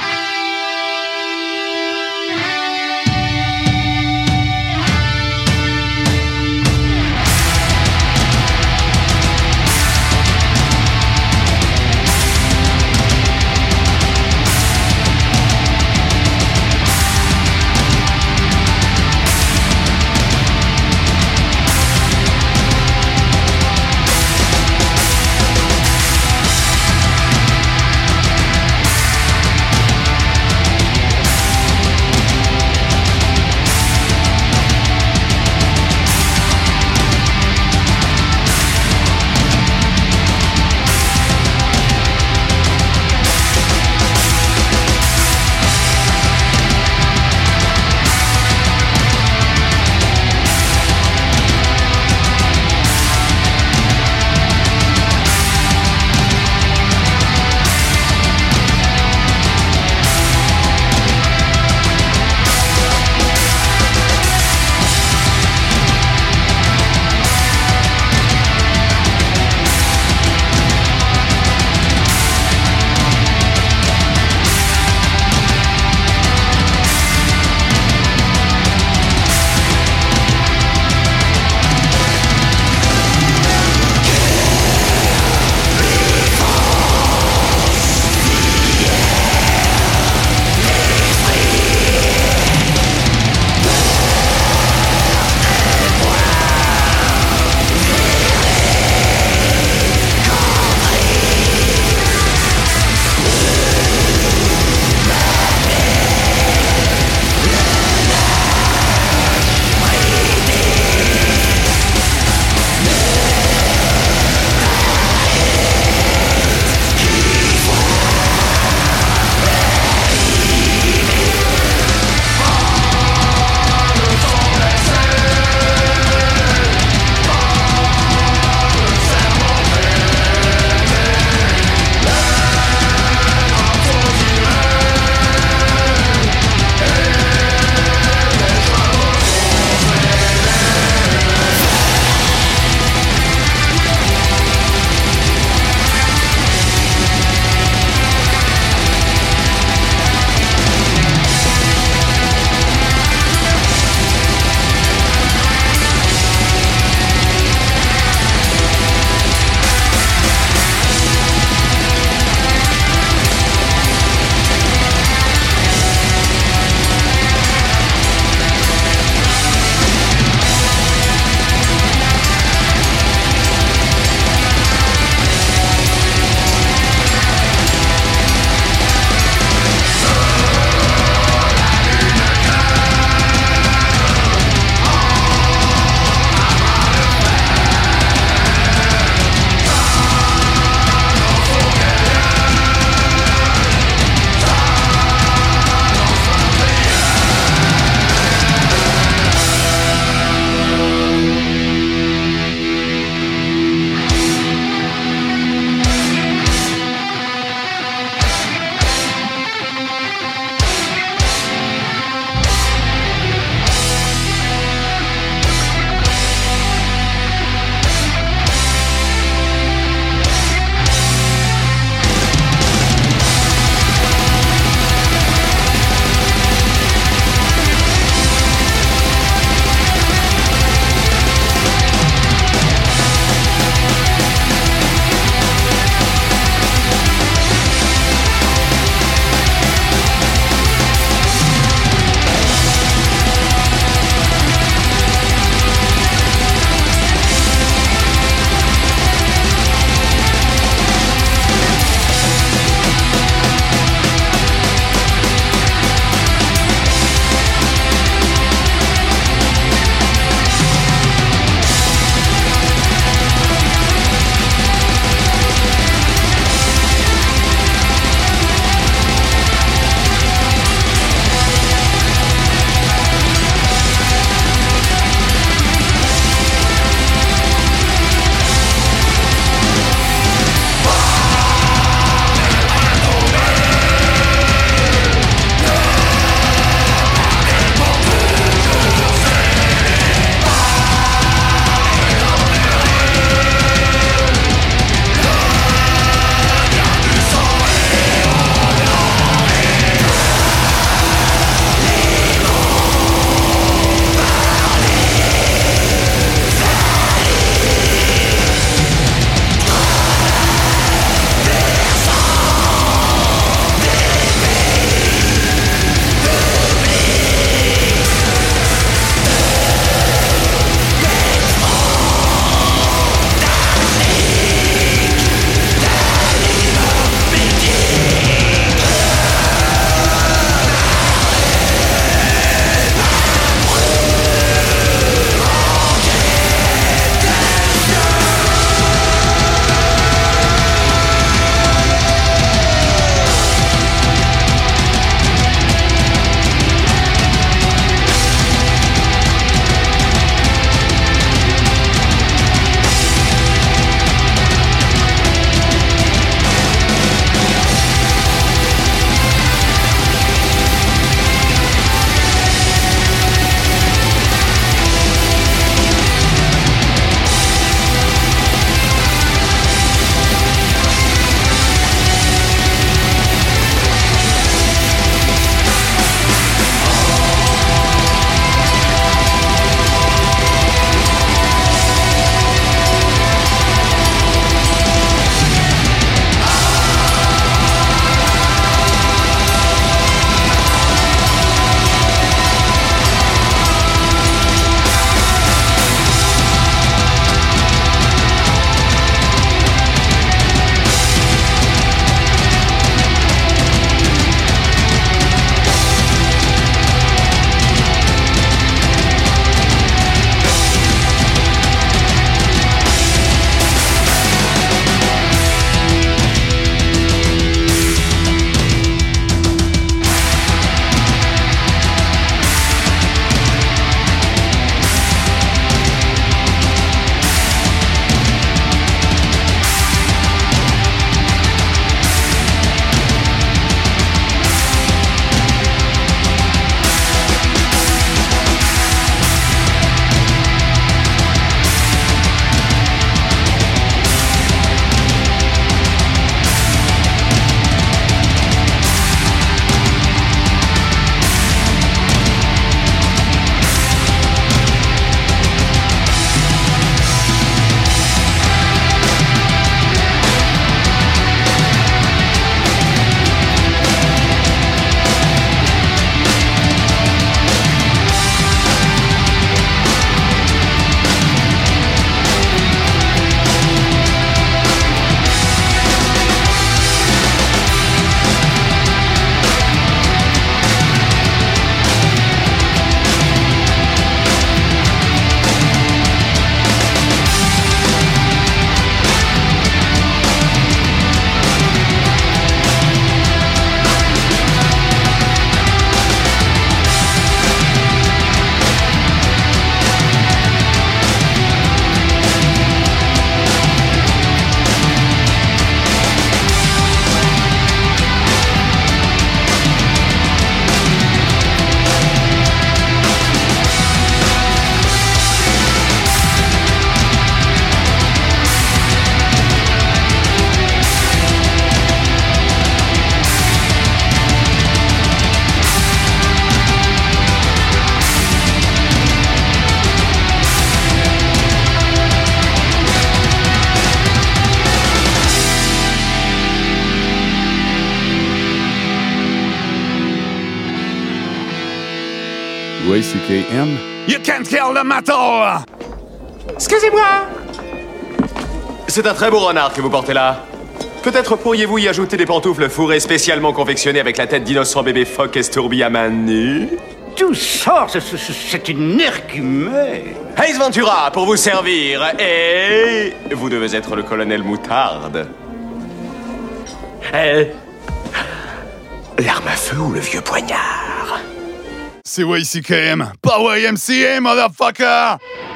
Y C K M.
You can't kill the metal!
Excusez-moi. C'est un très beau renard que vous portez là. Peut-être pourriez-vous y ajouter des pantoufles fourrées spécialement confectionnées avec la tête d'innocent bébé phoque estourbi à main nue?
Tout ça, c'est- c'est c'est une hercumée.
Ace Ventura, pour vous servir. Et... vous devez être le colonel Moutarde.
Euh... L'arme à feu ou le vieux poignard?
C'est Y C K M, pas Y M C A, motherfucker!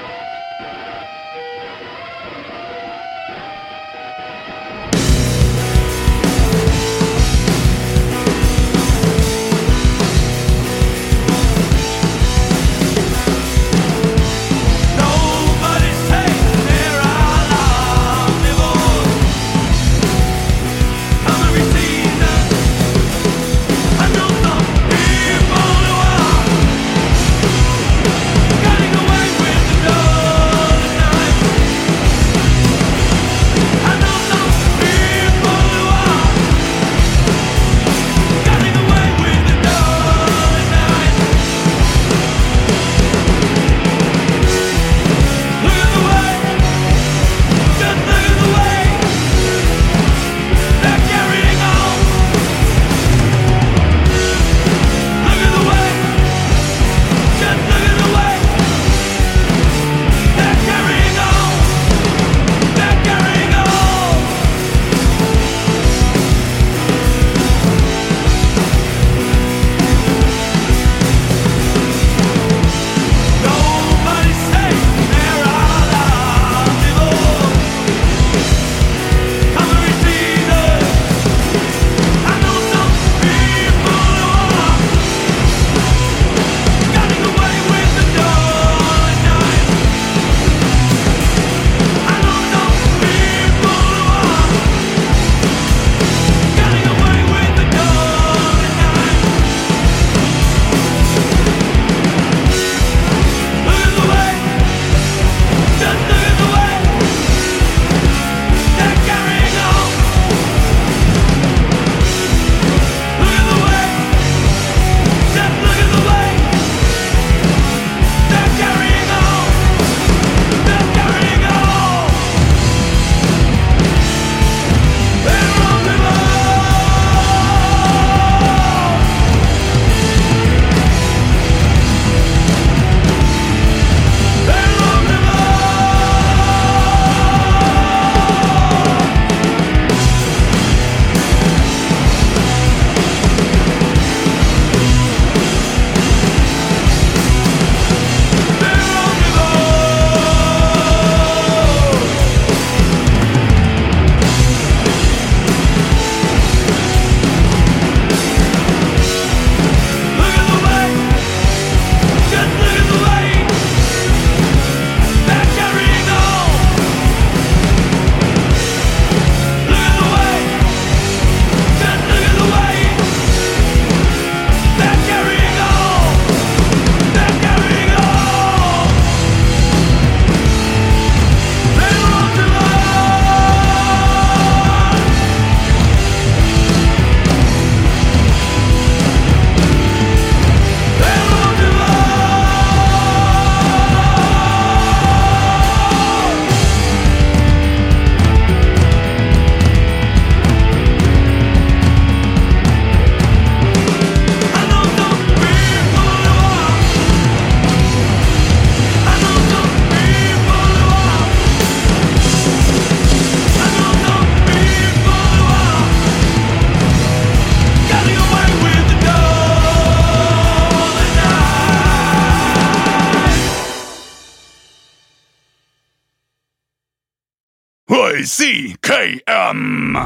Y C K M.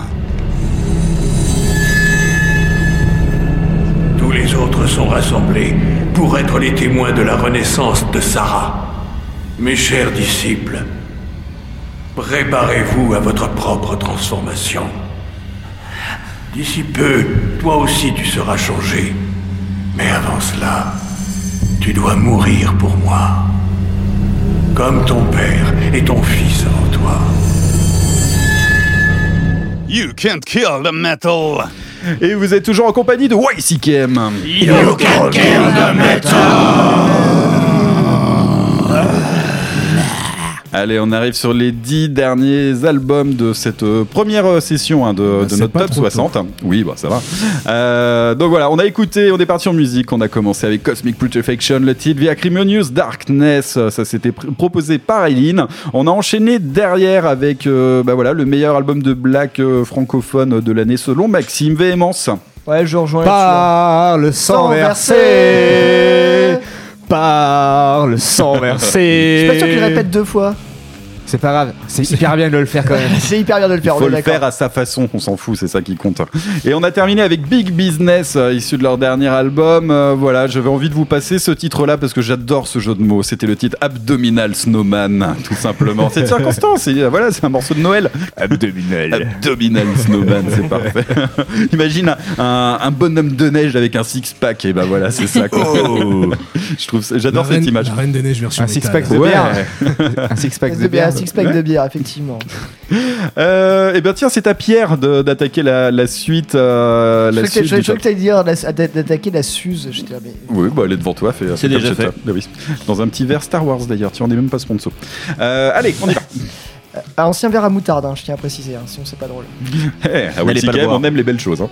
Tous les autres sont rassemblés pour être les témoins de la renaissance de Sarah. Mes chers disciples, préparez-vous à votre propre transformation. D'ici peu, toi aussi tu seras changé. Mais avant cela, tu dois mourir pour moi. Comme ton père et ton fils avant toi.
You can't kill the metal.
Et vous êtes toujours en compagnie de Y C K M.
You can kill the metal.
Allez, on arrive sur les dix derniers albums de cette euh, première euh, session hein, de,
bah,
de notre top soixante. Tôt. Oui, bah ça va. Euh, donc voilà, on a écouté, on est parti en musique. On a commencé avec Cosmic Putrefaction, le titre The Acrimonious Darkness. Ça s'était pr- proposé par Eileen. On a enchaîné derrière avec euh, bah voilà, le meilleur album de black euh, francophone de l'année selon Maxime, Véhémence.
Ouais, je rejoins
Par le sang versé. Par le sang versé.
Je suis pas sûr qu'il répète deux fois.
C'est pas grave, c'est hyper bien de le faire quand même.
C'est hyper bien de le faire,
Il faut le faire à sa façon, on s'en fout, c'est ça qui compte. Et on a terminé avec Big Business, euh, issu de leur dernier album. Euh, voilà, j'avais envie de vous passer ce titre-là parce que j'adore ce jeu de mots. C'était le titre Abdominal Snowman, tout simplement. C'est de circonstance, c'est, euh, voilà, c'est un morceau de Noël.
Abdominal.
Abdominal Snowman, c'est parfait. Imagine un, un, un bonhomme de neige avec un six-pack, et ben voilà, c'est ça. Quoi. Oh. Je trouve, ça, j'adore
la
cette
reine,
image.
La Reine des Neiges version
un
métal.
Six-pack de
ouais.
bière. Un six-pack de bière.
Un six-pack
Ouais.
de bière, effectivement.
Euh, et bien tiens, c'est à Pierre de, d'attaquer la, la suite. Euh, la
je
suite
crois
du
que
top.
tu allais dire la- d'attaquer la Suze. J'étais là, mais...
Oui, bah elle est devant toi. Fais,
C'est
fais
déjà
comme
fait.
ça. Bah oui. Dans un petit verre Star Wars d'ailleurs. Tu en es même pas sponsor. Euh, allez, on y va.
Un ancien verre à moutarde, hein, je tiens à préciser, hein, sinon c'est pas drôle.
Hey, à
N'allez pas le
Wixicam,
boire.
on aime les belles choses. Hein.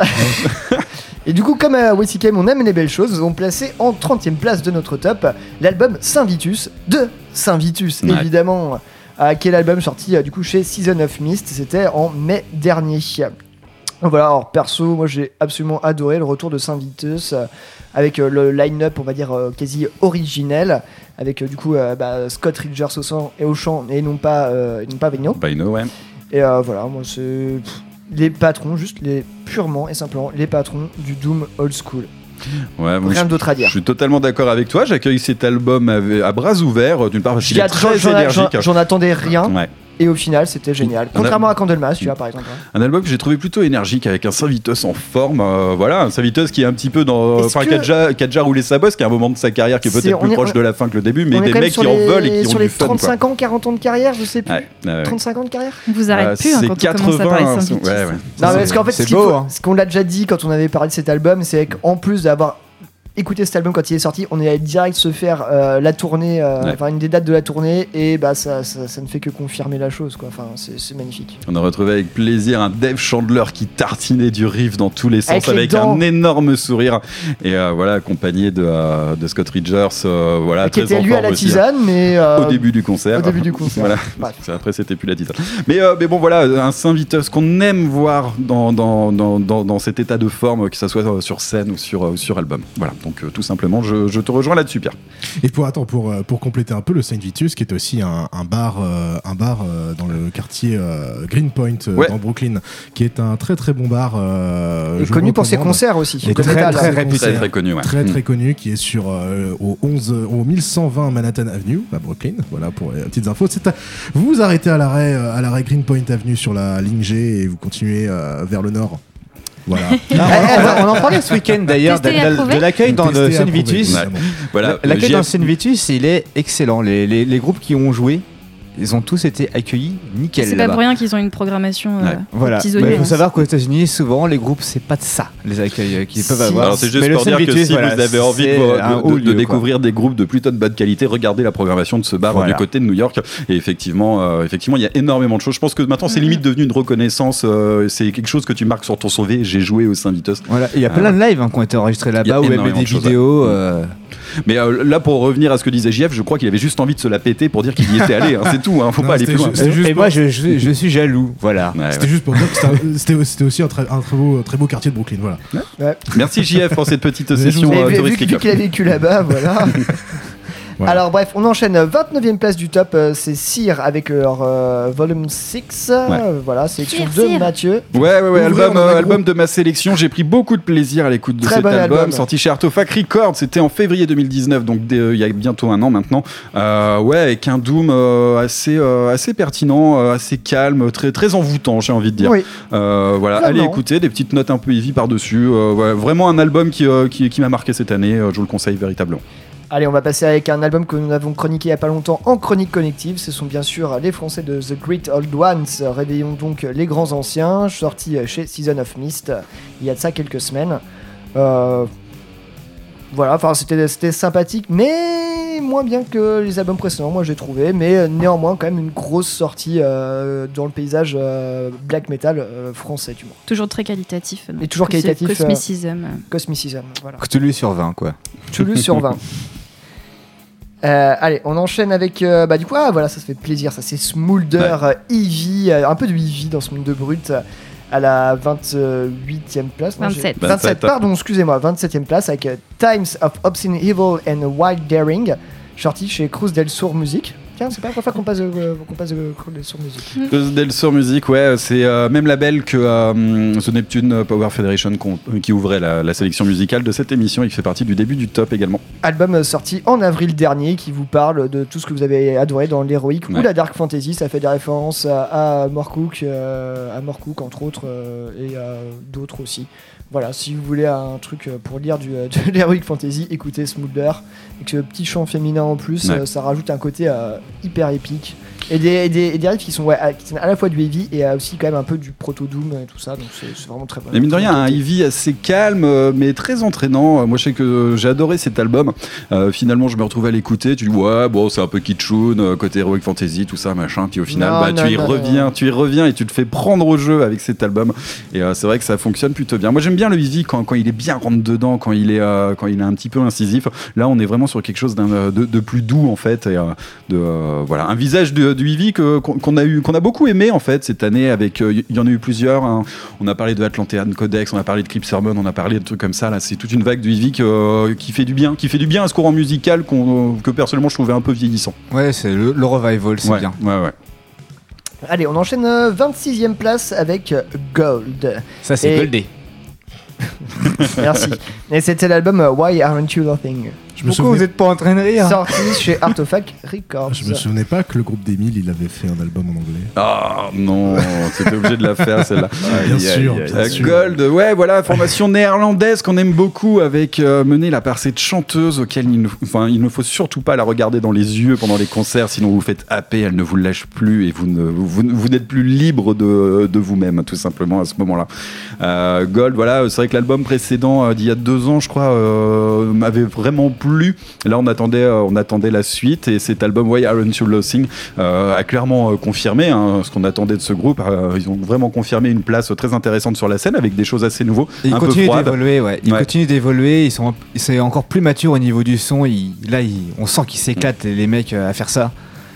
Et du coup, comme à Y C K M, on aime les belles choses, nous avons placé en trentième place de notre top l'album Saint Vitus de Saint Vitus,
Ouais.
évidemment. Euh, qui est l'album sorti euh, du coup chez Season of Mist, c'était en mai dernier. Donc voilà, alors perso, moi j'ai absolument adoré le retour de Saint Vitus euh, avec euh, le line-up, on va dire euh, quasi originel, avec euh, du coup euh, bah, Scott Rogers au chant et au chant et non pas euh, et non pas Vigno.
Bah, you know, ouais.
Et euh, voilà, moi c'est pff, les patrons, juste les purement et simplement les patrons du Doom old school.
Ouais, moi,
Rien
je-
d'autre à dire.
Je suis totalement d'accord avec toi. J'accueille cet album à, à bras ouverts, d'une part parce qu'il
J'y
est
att-
très
j'en- j'en-
énergique.
j'en- J'en attendais rien.
Ouais.
Et au final, c'était génial.
On a-
Contrairement à Candlemas, tu vois, par exemple. hein.
Un album que j'ai trouvé plutôt énergique avec un Saint Vitus en forme. euh, voilà, un Saint Vitus qui est un petit peu dans.
Est-ce
Enfin,
que-
qui a déjà, qui a déjà roulé sa bosse, qui est un moment de sa carrière qui est
C'est-
peut-être
on
plus
est-
proche
on-
de la fin que le début, mais
On est
des
quand même
mecs
sur
qui en
les-
veulent et qui ont
sur
du
les
fun. quoi.
trente-cinq ans, quarante ans de carrière, je sais plus.
Ouais, ouais, ouais.
trente-cinq ans de carrière
On vous arrête
Euh,
plus hein,
c'est
quand on commence à parler
quatre-vingts,
Saint-Vitus.
ouais, ouais.
Non, mais parce qu'en fait,
c'est
ce, qu'il
beau,
faut-
hein.
ce qu'on l'a déjà dit quand on avait parlé de cet album, c'est qu'en plus d'avoir écouté cet album quand il est sorti, on est allé direct se faire euh, la tournée, euh,
Ouais.
enfin une des dates de la tournée, et bah ça, ça, ça ne fait que confirmer la chose, quoi. Enfin, c'est c'est magnifique.
On a retrouvé avec plaisir un Dave Chandler qui tartinait du riff dans tous les sens
Avec les
avec,
dents.
un énorme sourire et euh, voilà accompagné de, euh, de Scott Rogers euh, voilà
qui
très
était
en
lui à
forme
la
aussi,
tisane, mais euh,
au début du concert
au début du concert.
voilà.
Bref.
Après c'était plus la tisane mais, euh, mais bon voilà un Saint Vitus qu'on aime voir dans, dans, dans, dans, dans cet état de forme, que ça soit euh, sur scène ou sur, euh, sur album, voilà, donc euh, tout simplement je, je te rejoins là-dessus Pierre.
Et pour, attends, pour, euh, pour compléter un peu, le Saint Vitus, qui est aussi un, un bar, euh, un bar euh, dans le quartier euh, Greenpoint, euh,
Ouais.
dans Brooklyn, qui est un très très bon bar. Euh,
Et
je
connu
vous
pour ses
recommande.
concerts aussi.
Et
de
très,
métal,
très
hein.
réputé.
Très, très connu, ouais.
Très
Mm.
très connu, qui est sur euh, au, onze, au mille cent vingt Manhattan Avenue, à Brooklyn. Voilà pour les petites infos. C'est à- vous vous arrêtez à l'arrêt, euh, à l'arrêt Greenpoint Avenue sur la ligne G et vous continuez euh, vers le nord. Voilà.
Ah, on, on en parlait ce week-end d'ailleurs de,
Testé et
de-
approuvé.
de l'accueil dans
Testé
le
et
Saint
approuvé,
Vitus.
évidemment.
Voilà,
L'accueil
J
dans le
F
Saint Vitus, il est excellent. Les, les, les groupes qui ont joué, ils ont tous été accueillis nickel.
C'est pas
là-bas.
pour rien qu'ils ont une programmation euh,
Ouais.
aux
Voilà.
petits
Mais
oignons.
il faut savoir qu'aux États-Unis, souvent, les groupes, c'est pas de ça, les accueils euh, qu'ils peuvent
Si.
avoir.
Alors c'est juste
Mais le
pour dire
Saint
que
Vitus,
si
voilà,
vous avez envie de,
c'est
de-
un
de-
haut
de
lieu, quoi.
découvrir des groupes de plutôt de bonne qualité, regardez la programmation de ce bar
Voilà.
du côté de New York. Et effectivement, euh, effectivement, il y a énormément de choses. Je pense que maintenant c'est limite devenu une reconnaissance. euh, c'est quelque chose que tu marques sur ton C V. J'ai joué au Saint Vitus.
Voilà. Il y a plein de lives hein, qui ont été enregistrés
Il y a
là-bas, ou même
énormément
des
de choses,
vidéos. euh,
Mais euh, là, pour revenir à ce que disait J F, je crois qu'il avait juste envie de se la péter pour dire qu'il y était allé. hein. C'est tout. Hein. Faut
Non,
pas aller
c'était
plus loin.
ju- c'était juste
Et
pour-
moi, je, je, je suis jaloux. Voilà.
Ouais,
C'était
ouais.
juste pour dire que c'était un- c'était c'était aussi un très, un très beau, très beau quartier de Brooklyn. Voilà.
Ouais.
Merci J F pour cette petite
Mais je
session
vous-
euh,
Et vu, vu,
touristique.
vu qu'il a vécu là-bas, voilà.
Voilà.
Alors bref, on enchaîne vingt-neuvième place du top, euh, c'est Cyr avec leur euh, volume six. euh, Voilà, sélection
Cyr,
de
Cyr.
Mathieu.
Ouais, ouais, ouais,
Ouvrir
album,
le
euh,
magro.
album de ma sélection. J'ai pris beaucoup de plaisir à l'écoute de
Très
cet
bon
album,
album.
sorti chez Artefact Records. C'était en février deux mille dix-neuf, donc dès, euh, il y a bientôt un an maintenant. Euh, ouais, avec un doom euh, assez, euh, assez pertinent, euh, assez calme, très, très envoûtant, j'ai envie de dire.
Oui.
Euh, voilà,
Clairement.
allez écouter des petites notes un peu heavy par-dessus. Euh, ouais, vraiment un album qui, euh, qui, qui m'a marqué cette année. euh, je vous le conseille véritablement.
Allez, on va passer avec un album que nous avons chroniqué il n'y a pas longtemps en chronique collective. Ce sont bien sûr les Français de The Great Old Ones. Réveillons donc les grands anciens, sorti chez Season of Mist il y a de ça quelques semaines. Euh, voilà, enfin c'était, c'était sympathique, mais moins bien que les albums précédents, moi j'ai trouvé. Mais néanmoins, quand même une grosse sortie euh, dans le paysage euh, black metal euh, français, du moins.
Toujours très qualitatif.
Et toujours
Cos-
qualitatif.
Cosmicism.
Euh, Cosmicism, voilà.
Toulouse sur vingt, quoi.
Toulouse sur vingt. Euh, allez, on enchaîne avec euh, bah du coup ah voilà, ça se fait plaisir, ça c'est Smolder, ouais. Eevee, euh, un peu de Eevee dans ce monde de brut euh, à la vingt-huitième place. Non,
vingt-sept.
vingt-sept, pardon, excusez-moi, vingt-septième place avec euh, Times of Obscene Evil and Wild Daring, sorti chez Cruz del Sur Music. Tiens, c'est pas la première fois qu'on passe de, euh, qu'on passe de Cruz del Sur Music.
Cruz del Sur Music, ouais, c'est euh, même label que euh, The Neptune Power Federation qui ouvrait la, la sélection musicale de cette émission et qui fait partie du début du top également.
Album sorti en avril dernier qui vous parle de tout ce que vous avez adoré dans l'héroïque ouais. ou la dark fantasy. Ça fait des références à, à Moorcook, euh, à Moorcook entre autres euh, et à d'autres aussi. Voilà, si vous voulez un truc pour lire du, de l'heroic fantasy, écoutez Smolder. Avec ce petit chant féminin en plus, ouais. euh, ça rajoute un côté euh, hyper épique. Et des, et des, et des riffs qui sont, ouais, à, qui sont à la fois du heavy et aussi quand même un peu du proto-doom et tout ça. Donc c'est, c'est vraiment très bon.
Et mine de rien, un heavy assez calme mais très entraînant. Moi je sais que j'ai adoré cet album. Euh, finalement, je me retrouve à l'écouter. Tu dis, ouais, bon, c'est un peu kitschoun, côté heroic fantasy, tout ça, machin. Puis au final, non, bah, non, tu, y non, reviens, non. tu y reviens et tu te fais prendre au jeu avec cet album. Et euh, c'est vrai que ça fonctionne plutôt bien. Moi j'aime bien le heavy quand, quand il est bien rentre dedans, quand il est, euh, quand il est un petit peu incisif. Là, on est vraiment sur quelque chose d'un, de, de plus doux en fait. Et, euh, de, euh, voilà, un visage de, du heavy que, qu'on, a eu, qu'on a beaucoup aimé en fait cette année. Avec, il euh, y en a eu plusieurs. Hein. On a parlé de Atlantean Codex, on a parlé de Crypt Sermon, on a parlé de trucs comme ça. Là, c'est toute une vague de heavy euh, qui fait du bien, qui fait du bien à ce courant musical qu'on, que personnellement je trouvais un peu vieillissant.
Ouais, c'est le, le revival, c'est
ouais,
bien.
Ouais, ouais.
Allez, on enchaîne euh, vingt-sixième place avec Gold.
Ça, c'est
Et...
Goldé.
Merci. Et c'était l'album uh, Why Aren't You Laughing?
Je me Pourquoi souvenais... vous n'êtes pas en train de rire?
Sorti chez Artefact Records.
Je me souvenais pas que le groupe d'Emile il avait fait un album en anglais.
Ah non, c'était obligé de la faire celle-là.
Ah, bien, sûr, bien
euh,
sûr.
Gold, ouais, voilà, formation néerlandaise qu'on aime beaucoup, avec euh, menée là par cette chanteuse auquel il ne, enfin, il ne faut surtout pas la regarder dans les yeux pendant les concerts, sinon vous faites happer, elle ne vous lâche plus et vous, ne, vous, vous n'êtes plus libre de, de vous-même, tout simplement à ce moment-là. Euh, Gold, voilà, c'est vrai que l'album précédent euh, d'il y a deux ans, je crois, euh, m'avait vraiment plu. Là, on attendait, euh, on attendait la suite et cet album Why Aren't You Laughing euh, a clairement euh, confirmé hein, ce qu'on attendait de ce groupe. Euh, ils ont vraiment confirmé une place très intéressante sur la scène avec des choses assez nouveaux.
Et ils
un
continuent
peu froides.
d'évoluer, ouais. Ils
ouais.
continuent d'évoluer. Ils sont, c'est encore plus mature au niveau du son. Ils, là, ils, on sent qu'ils s'éclatent les mecs à faire ça.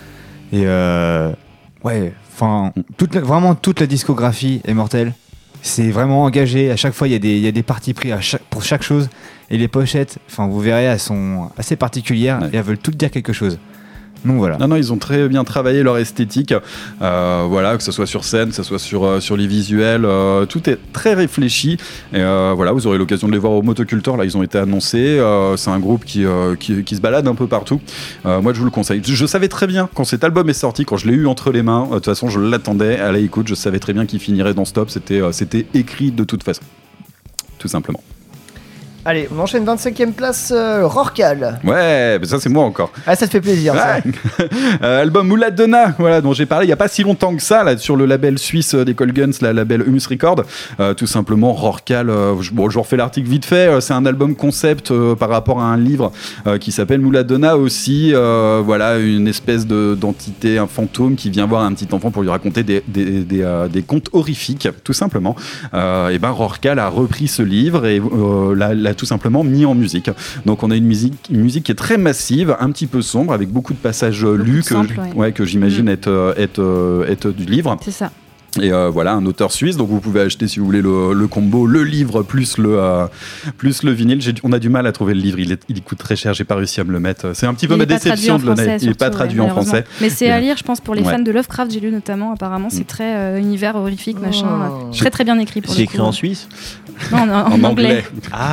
Et euh, ouais, enfin, toute la, vraiment toute la discographie est mortelle. C'est vraiment engagé. À chaque fois, il y a des, il y a des partis pris à chaque, pour chaque chose. Et les pochettes, enfin, vous verrez, elles sont assez particulières ouais. et elles veulent toutes dire quelque chose. Donc voilà.
Non, non, ils ont très bien travaillé leur esthétique. Euh, voilà, que ce soit sur scène, que ce soit sur, euh, sur les visuels, euh, tout est très réfléchi. Et euh, voilà, vous aurez l'occasion de les voir au Motocultor. Là, ils ont été annoncés. Euh, c'est un groupe qui, euh, qui, qui se balade un peu partout. Euh, moi, je vous le conseille. Je, je savais très bien quand cet album est sorti, quand je l'ai eu entre les mains. De toute façon, je l'attendais à la écoute. Je savais très bien qu'il finirait dans ce top. C'était, euh, c'était écrit de toute façon, tout simplement.
Allez, on enchaîne vingt-cinquième place, euh, Rorcal.
Ouais, mais ça c'est moi encore.
Ah, ça te fait plaisir, ouais.
ça. euh, album Mouladonna, voilà, dont j'ai parlé il n'y a pas si longtemps que ça, là, sur le label suisse des Colguns, le label Humus Record. Euh, tout simplement, Rorcal, euh, je, bon, je refais l'article vite fait, euh, c'est un album concept euh, par rapport à un livre euh, qui s'appelle Mouladonna aussi. Euh, voilà, une espèce de, d'entité, un fantôme qui vient voir un petit enfant pour lui raconter des, des, des, euh, des contes horrifiques, tout simplement. Euh, et ben Rorcal a repris ce livre et euh, l'a, l'a tout simplement mis en musique. Donc on a une musique, une musique qui est très massive, un petit peu sombre, avec beaucoup de passages beaucoup lus que,
simple, ouais.
Ouais, que j'imagine mmh. être, être, être du livre.
C'est ça.
Et euh, voilà, un auteur suisse, donc vous pouvez acheter si vous voulez le, le combo, le livre plus le, euh, plus le vinyle. J'ai, on a du mal à trouver le livre, il, est, il coûte très cher, j'ai pas réussi à me le mettre. C'est un petit peu
il
ma déception de l'année. Il n'est pas traduit ouais, en français.
Mais c'est
et
à lire, je pense, pour les
ouais.
fans de Lovecraft, j'ai lu notamment, apparemment, c'est très euh, univers horrifique,
oh.
machin. Euh, très très bien écrit pour
c'est
le coup.
écrit en suisse
Non, en, en,
en
anglais.
anglais.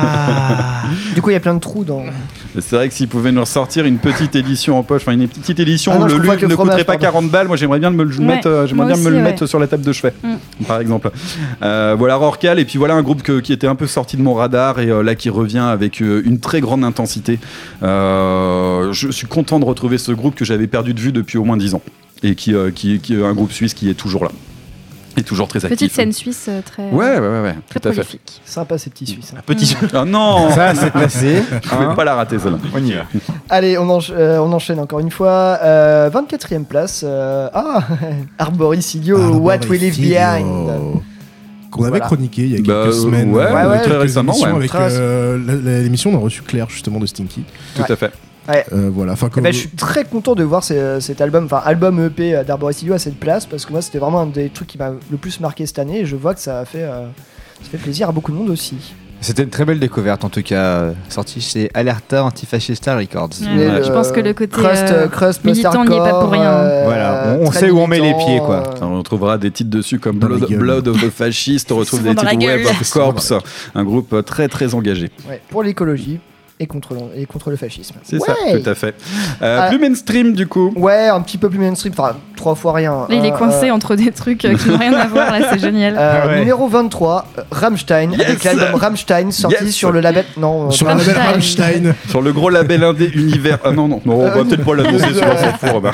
Ah.
Du coup, il y a plein de trous dans.
C'est vrai que s'ils pouvaient nous ressortir une petite édition en poche, enfin une petite édition
ah non,
où le livre ne
fromage,
coûterait pas
pardon.
quarante balles, moi j'aimerais bien me le
ouais,
mettre, euh, j'aimerais bien
aussi,
me le
ouais.
mettre sur la table de chevet,
Mm.
par exemple. Euh, voilà Rorcal, et puis voilà un groupe que- qui était un peu sorti de mon radar et euh, là qui revient avec euh, une très grande intensité. Euh, je suis content de retrouver ce groupe que j'avais perdu de vue depuis au moins dix ans et qui, euh, qui, qui est un groupe suisse qui est toujours là. Et toujours très actif.
Petite scène suisse euh, très,
Ouais, ouais, ouais, ouais,
très
tout à fait.
prolifique.
Sympa ces petits Suisses. hein.
Petit. Ah non.
Ça, c'est passé.
Je pouvais
Hein.
pas la rater celle-là.
On y va.
Allez, on, encha- euh, on enchaîne encore une fois. Euh, vingt-quatrième place. euh, ah, Arboris Idiot, What We Leave Behind.
Qu'on avait
Voilà.
chroniqué il y a quelques
Bah,
semaines.
ouais,
euh,
ouais,
quelques
très récemment,
émissions
ouais.
Avec
Très
euh, la- la- l'émission, on a reçu Claire justement de Stinky.
Tout
Ouais.
à fait.
Ouais.
Euh, voilà. Enfin,
Eh
comme
ben, je suis très content de voir ce- cet album, enfin album E P d'Arboris Idiot à cette place, parce que moi c'était vraiment un des trucs qui m'a le plus marqué cette année et je vois que ça a fait, euh, ça fait plaisir à beaucoup de monde aussi.
C'était une très belle découverte en tout cas, euh, sortie chez Alerta Antifascista Records.
Ouais,
Et
je
le
pense que le côté
crust,
euh,
crust
militant n'y est pas pour rien.
post-hardcore,
Voilà,
euh,
on
très
sait où on met les
militant,
pieds, quoi.
euh,
On retrouvera des titres dessus comme
Dans la
Blood,
gueule.
Blood of the Fascist, on retrouve
Souvent
des
dans la
titres Web
gueule.
of Corpse, un groupe très très engagé.
ouais, pour l'écologie et contre, le- et contre le fascisme.
C'est
Ouais.
ça, tout à fait. Euh,
Ah.
Plus mainstream du coup.
Ouais, un petit peu plus mainstream, enfin trois fois rien.
Là, il est
Euh,
coincé
euh,
entre des trucs euh, qui n'ont rien à voir, là, c'est génial.
euh,
Ah ouais.
Numéro vingt-trois, euh, Rammstein,
Yes.
avec l'album Rammstein sorti
Yes.
sur le label. Non, euh,
sur la label Rammstein.
Sur le gros label indé Univers. Ah non, non, non on va
Euh,
peut-être pas l'annoncer sur on s'en fout, Robin.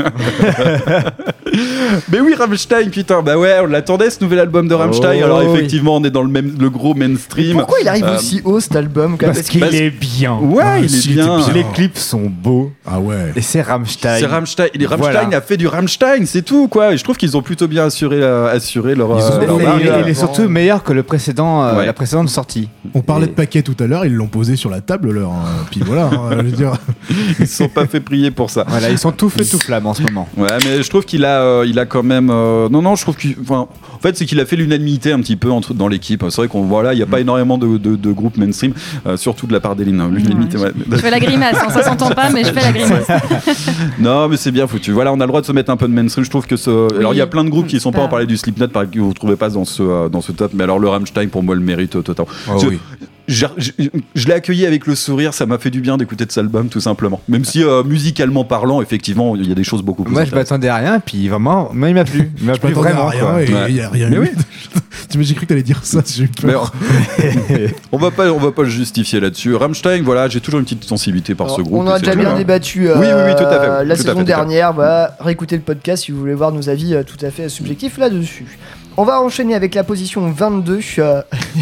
Mais oui, Rammstein, putain, bah ouais, on l'attendait ce nouvel album de Rammstein.
Oh,
Alors
oui.
effectivement, on est dans le même, le gros mainstream.
Pourquoi il arrive
Euh,
aussi haut cet album quand même
Parce qu'il
Parce-
est bien.
Ouais,
Ah,
il
si,
est
il était
bien.
bien.
Les clips sont beaux.
Ah ouais.
Et c'est Rammstein.
C'est Rammstein. Et Rammstein
Voilà.
a fait du Rammstein, c'est tout quoi. Et je trouve qu'ils ont plutôt bien assuré, euh, assuré leur.
Ils ont-
euh,
Et
leur
il,
marque.
il est- il est surtout meilleur que le précédent, euh,
Ouais.
la précédente sortie.
On parlait
Et-
de paquets tout à l'heure, ils l'ont posé sur la table leur. hein. Puis voilà, hein, je veux dire.
Ils se sont pas fait prier pour ça.
Voilà, ils sont tout feu tout flamme en ce moment.
Ouais, mais je trouve qu'il a, euh, il a quand même. euh, Non, non, je trouve qu'il. Enfin, en fait, c'est qu'il a fait l'unanimité un petit peu entre dans l'équipe. C'est vrai qu'on voit là, il y a pas énormément de, de, de groupes mainstream, euh, surtout de la part d'Eline. hein. L'unanimité.
Ouais,
ouais.
Je fais la grimace, hein, ça s'entend pas, mais je fais la grimace.
Non, mais c'est bien foutu. Voilà, on a le droit de se mettre un peu de mainstream. Je trouve que ce. Alors, il y a plein de groupes qui sont pas.
Bah.
On parlait du Slipknot, par exemple, que vous ne trouvez pas dans ce euh, dans ce top. Mais alors, le Rammstein, pour moi, le mérite euh, total.
Oh
Je-
oui.
Je, je- je l'ai accueilli avec le sourire, ça m'a fait du bien d'écouter de cet album, tout simplement. Même si, euh, musicalement parlant, effectivement, il y a des choses beaucoup plus.
Moi, je
intéressantes.
m'attendais à rien, puis vraiment, moi, il m'a plu. Il m'a
Je
plu
m'attendais
vraiment.
à rien
quoi.
et il
Ouais.
y a rien
Mais
eu.
oui.
Tu m'as- J'ai cru que t'allais dire ça, j'ai eu
Mais
peur.
on va pas, on va pas le justifier là-dessus. Rammstein, voilà, j'ai toujours une petite sensibilité par ce
Alors,
groupe.
on en a
et
déjà
c'est
bien
cool.
débattu euh,
Oui, oui, oui, tout à fait.
la
Tout à
saison
fait, tout à fait.
dernière. Voilà, réécoutez le podcast si vous voulez voir nos avis euh, tout à fait subjectifs là-dessus. On va enchaîner avec la position vingt-deux. euh,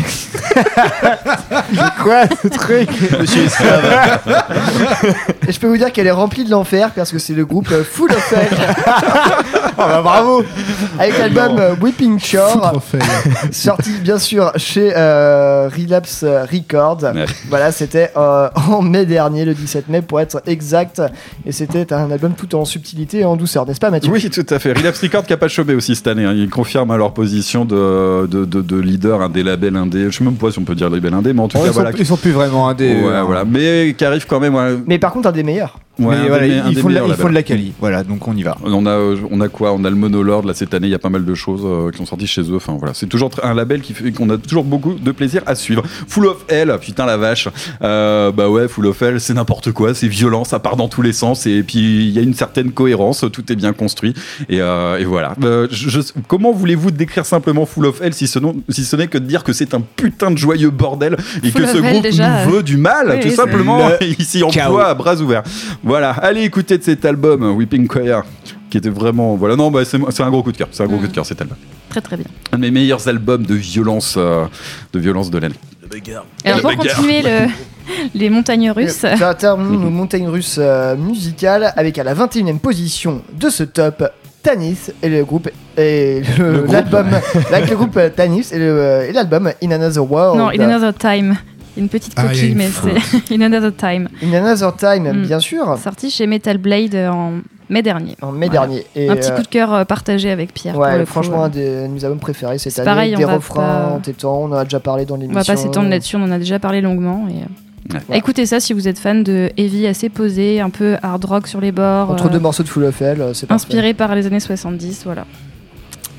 Quoi ce truc
Monsieur Esclave. Et je peux vous dire qu'elle est remplie de l'enfer parce que c'est le groupe euh, Full of Hell.
Oh bah bravo.
Avec l'album euh, Weeping Shore,
Foutre fait.
sorti bien sûr chez euh, Relapse Records.
Ouais.
Voilà, c'était euh, en mai dernier, le dix-sept mai pour être exact. Et c'était un album tout en subtilité et en douceur, n'est-ce pas Mathieu?
Oui, tout à fait. Relapse Records qui a pas chômé aussi cette année. hein. Ils confirment à leur position de, de, de, de leader, un des labels indés. Je sais même pas si on peut dire label indé, mais en tout
Oh,
cas,
ils, sont,
voilà.
ils sont plus vraiment indés.
Ouais,
euh,
voilà. Mais qui arrive quand même. Ouais,
Mais par contre, un des meilleurs.
ouais,
mais
un
voilà,
des-
ils,
un des
font de la,
meilleurs
ils font de
labels.
la quali. Voilà, donc on y va.
On a, euh, on a quoi? On a le Monolord là cette année. Il y a pas mal de choses euh, qui sont sorties chez eux. Enfin voilà, c'est toujours tr- un label qui fait qu'on a toujours beaucoup de plaisir à suivre. Full of Hell, putain la vache. Euh, bah ouais, Full of Hell, c'est n'importe quoi, c'est violent, ça part dans tous les sens et puis il y a une certaine cohérence, tout est bien construit et, euh, et voilà. Euh, je, je- comment voulez-vous décrire simplement Full of Hell si ce, non- si ce n'est que de dire que c'est un putain de joyeux bordel et
Full
que
of
ce
Hell,
groupe
déjà,
nous veut du mal,
oui,
tout
oui,
simplement.
c'est
Il s'y
chaos.
emploie à bras ouverts. Voilà, allez écouter de cet album Weeping Choir qui était vraiment voilà non bah c'est c'est un gros coup de cœur, c'est un gros coup de cœur cet album.
Très très bien.
Un de mes meilleurs albums de violence euh, de violence de l'année.
Alors pour
La bagarre.
continuer le, les montagnes russes,
Ça termine nos montagnes russes euh, musicales avec à la vingt et unième position de ce top Tanis et le groupe et le-
Le groupe.
l'album avec le groupe euh, Tanis et le- euh, et l'album In Another World.
non, In Another Time. Une petite
Ah, il y a
coquille,
une
mais
faute.
c'est In Another Time.
In Another Time,
Mm.
bien sûr,
Sorti chez Metal Blade en mai dernier.
en mai
Voilà.
dernier. Et,
Un petit
euh,
coup de cœur euh, partagé avec Pierre. pour
ouais,
le coup,
franchement,
euh.
un des de mes albums préférés cette
C'est
année.
pareil,
des
on va
refrains
pas-
entêtants, on en a déjà parlé dans
On
l'émission.
va pas s'étendre là-dessus, on en a déjà parlé longuement. Et, euh,
Ouais.
écoutez ça si vous êtes fan de heavy assez posé, un peu hard rock sur les bords.
Entre
euh,
deux morceaux de Full of Hell, c'est parfait.
inspiré par les années soixante-dix, voilà.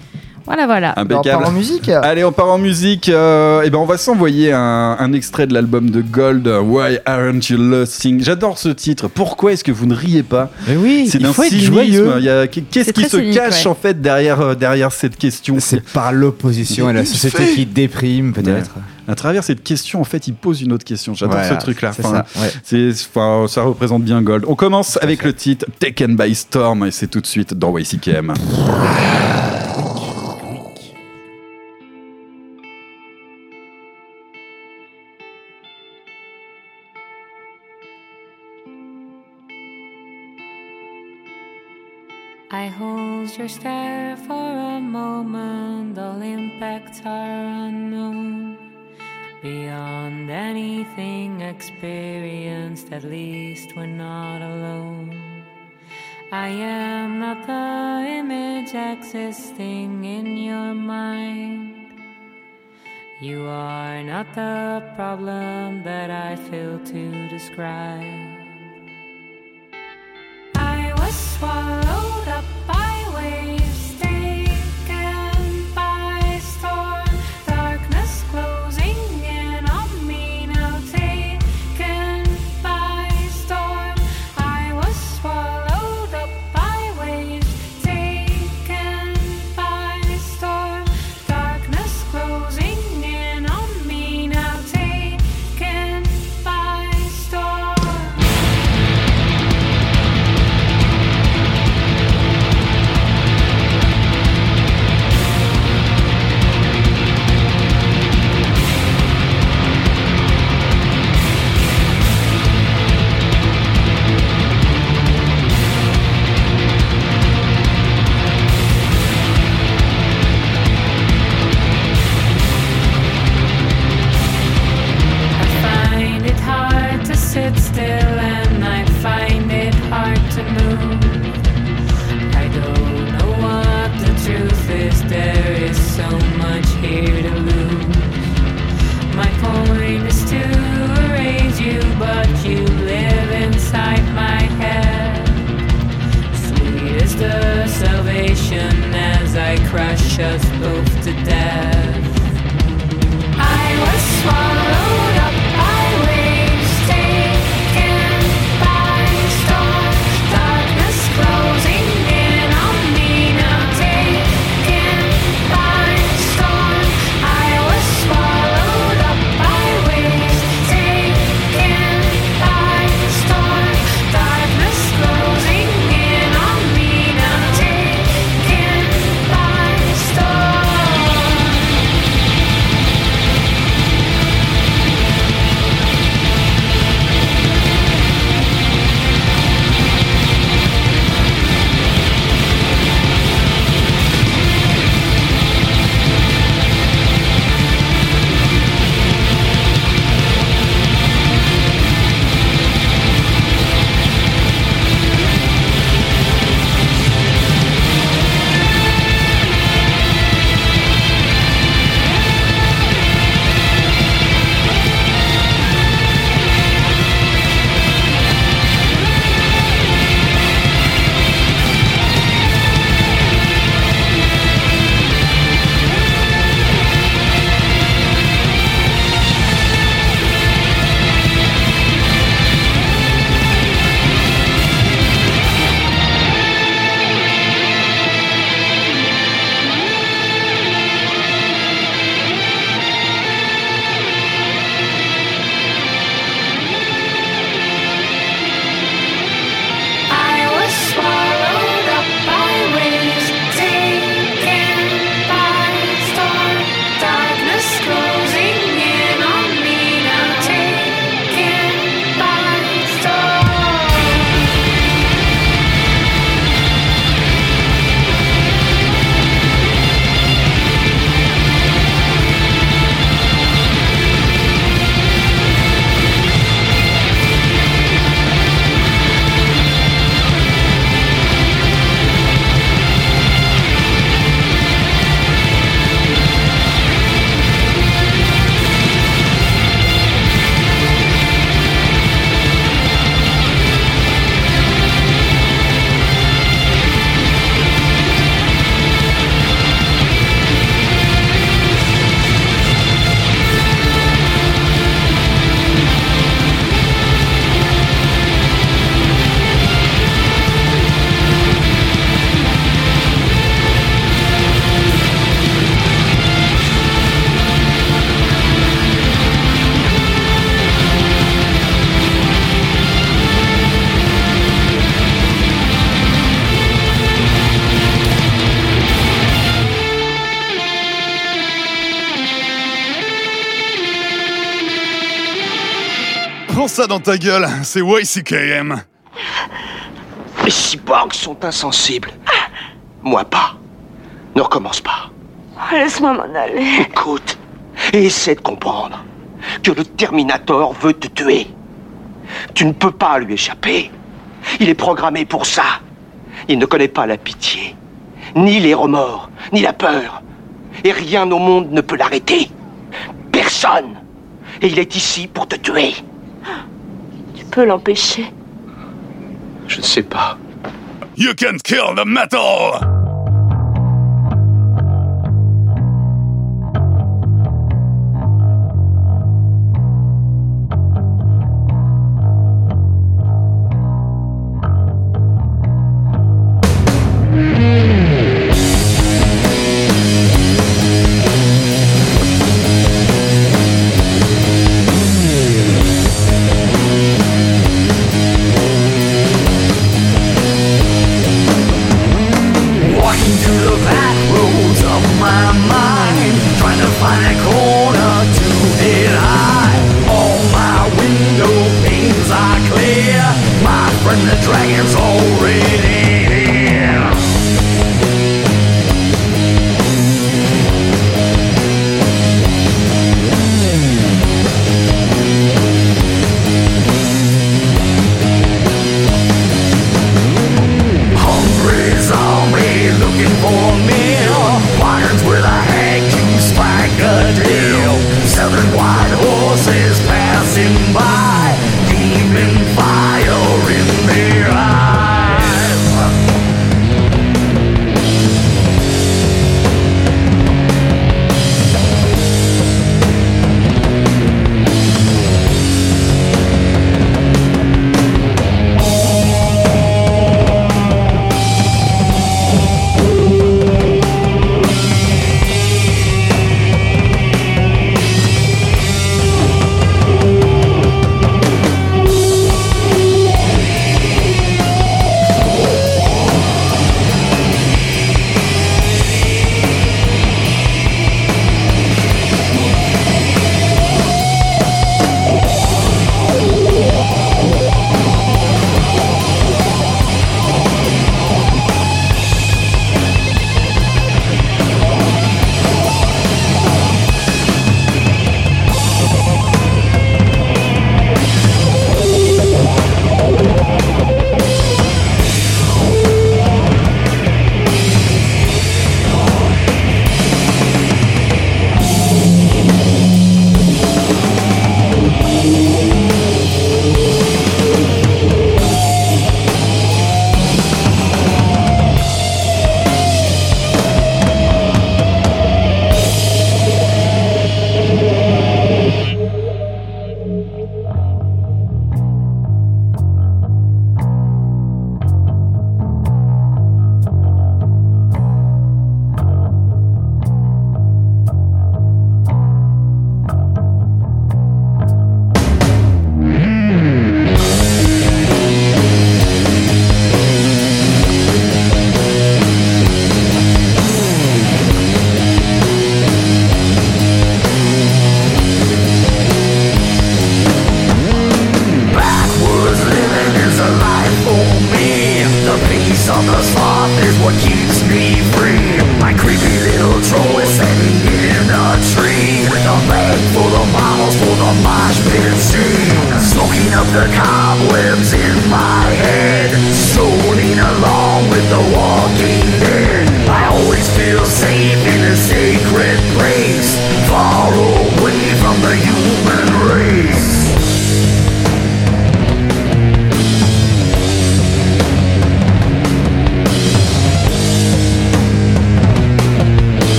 Voilà, voilà.
Impeccable.
On part en musique.
Allez, on part en musique. Euh, et ben, on va s'envoyer un, un extrait de l'album de Gold, Why Aren't You Losing. J'adore ce titre. Pourquoi est-ce que vous ne riez pas?
Mais oui,
c'est
il
d'un
faut être
cynisme.
joyeux.
Il y a, qu'est-ce
C'est
qui
très
se
cynique,
cache
ouais.
en fait derrière, euh, derrière cette question?
C'est par l'opposition et la société qui déprime, peut-être.
Ouais. À travers cette question, en fait, il pose une autre question. J'adore
Voilà,
ce truc-là.
c'est
Enfin,
ça, ouais.
c'est, enfin, ça représente bien Gold. On commence avec le titre Taken by Storm et c'est tout de suite dans Y C K M.
I hold your stare for a moment, all impacts are unknown. Beyond anything experienced, at least we're not alone. I am not the image existing in your mind. You are not the problem that I fail to describe. I was swallowed up by waves, taken by storm, darkness closing in on me now, taken by storm. I was swallowed up by waves, taken by storm, darkness closing in on me now, taken by storm. I find it hard to sit still and I find it hard to move. I don't know what the truth is, there is so much here to lose. My point is to erase you, but you live inside my head. Sweet is the salvation as I crush us both to death. I was swallowed up by waves, taken by storm, darkness closing in on me now, taken by storm. I was swallowed up by waves, taken by storm, darkness closing in on me now, taken by storm.
Prends ça dans ta gueule, c'est Y C K M.
Les cyborgs sont insensibles. Moi pas. Ne recommence pas.
Laisse-moi m'en aller.
Écoute, et essaie de comprendre que le Terminator veut te tuer. Tu ne peux pas lui échapper. Il est programmé pour ça. Il ne connaît pas la pitié, ni les remords, ni la peur. Et rien au monde ne peut l'arrêter. Personne. Et il est ici pour te tuer.
Tu peux l'empêcher.
Je ne sais pas.
You can't kill the metal!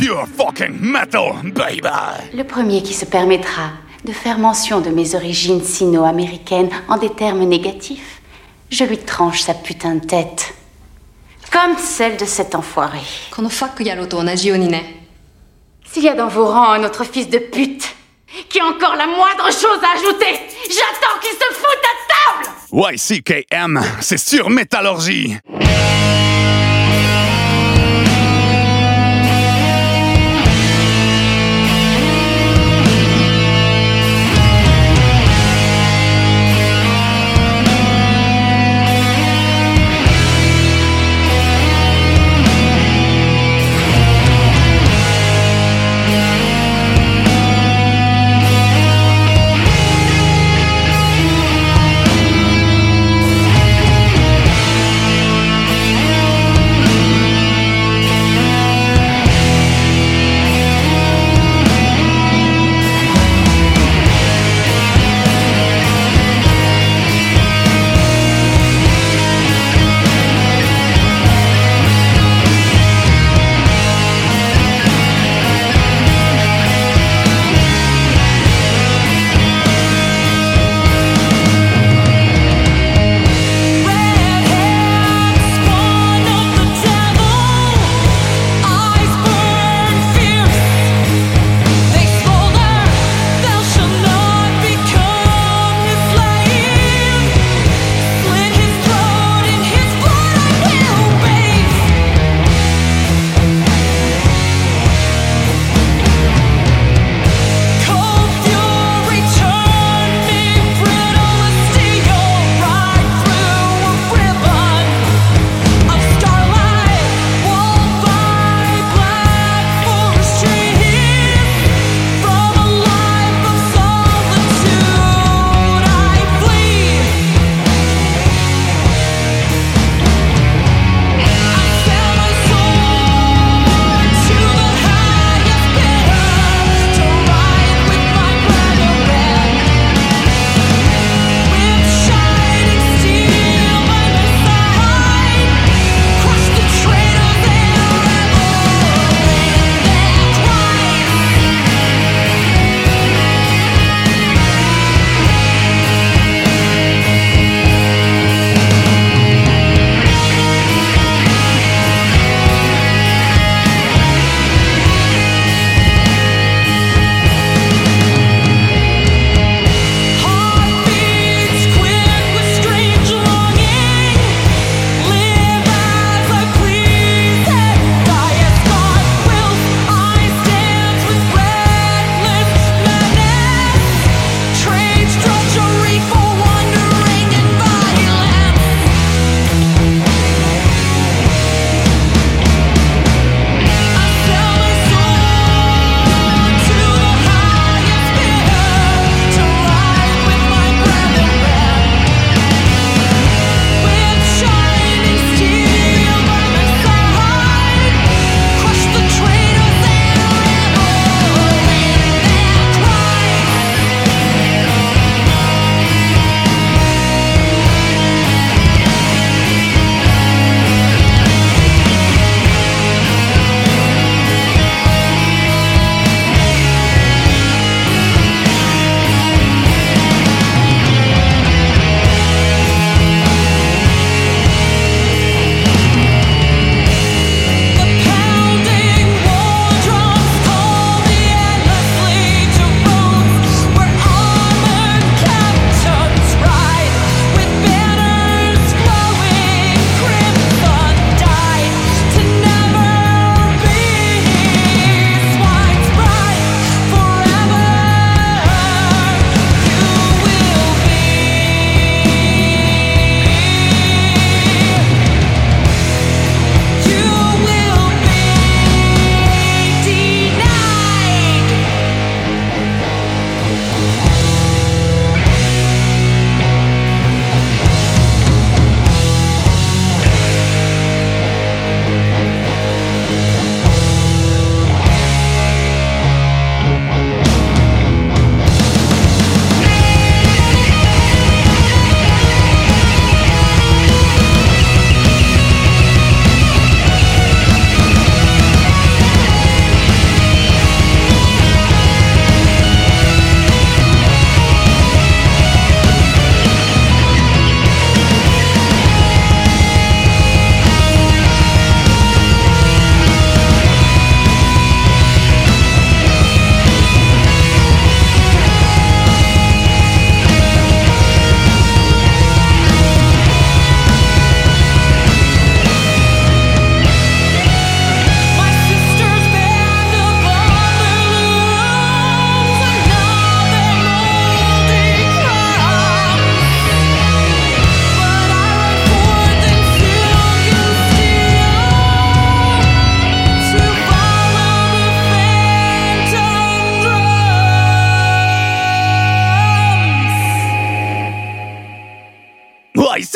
Pure fucking metal, baby.
Le premier qui se permettra de faire mention de mes origines sino-américaines en des termes négatifs, je lui tranche sa putain de tête. Comme celle de cet enfoiré. S'il y a dans vos rangs un autre fils de pute qui a encore la moindre chose à ajouter, j'attends qu'il se foute à table.
Y C K M, c'est sur Métallurgie.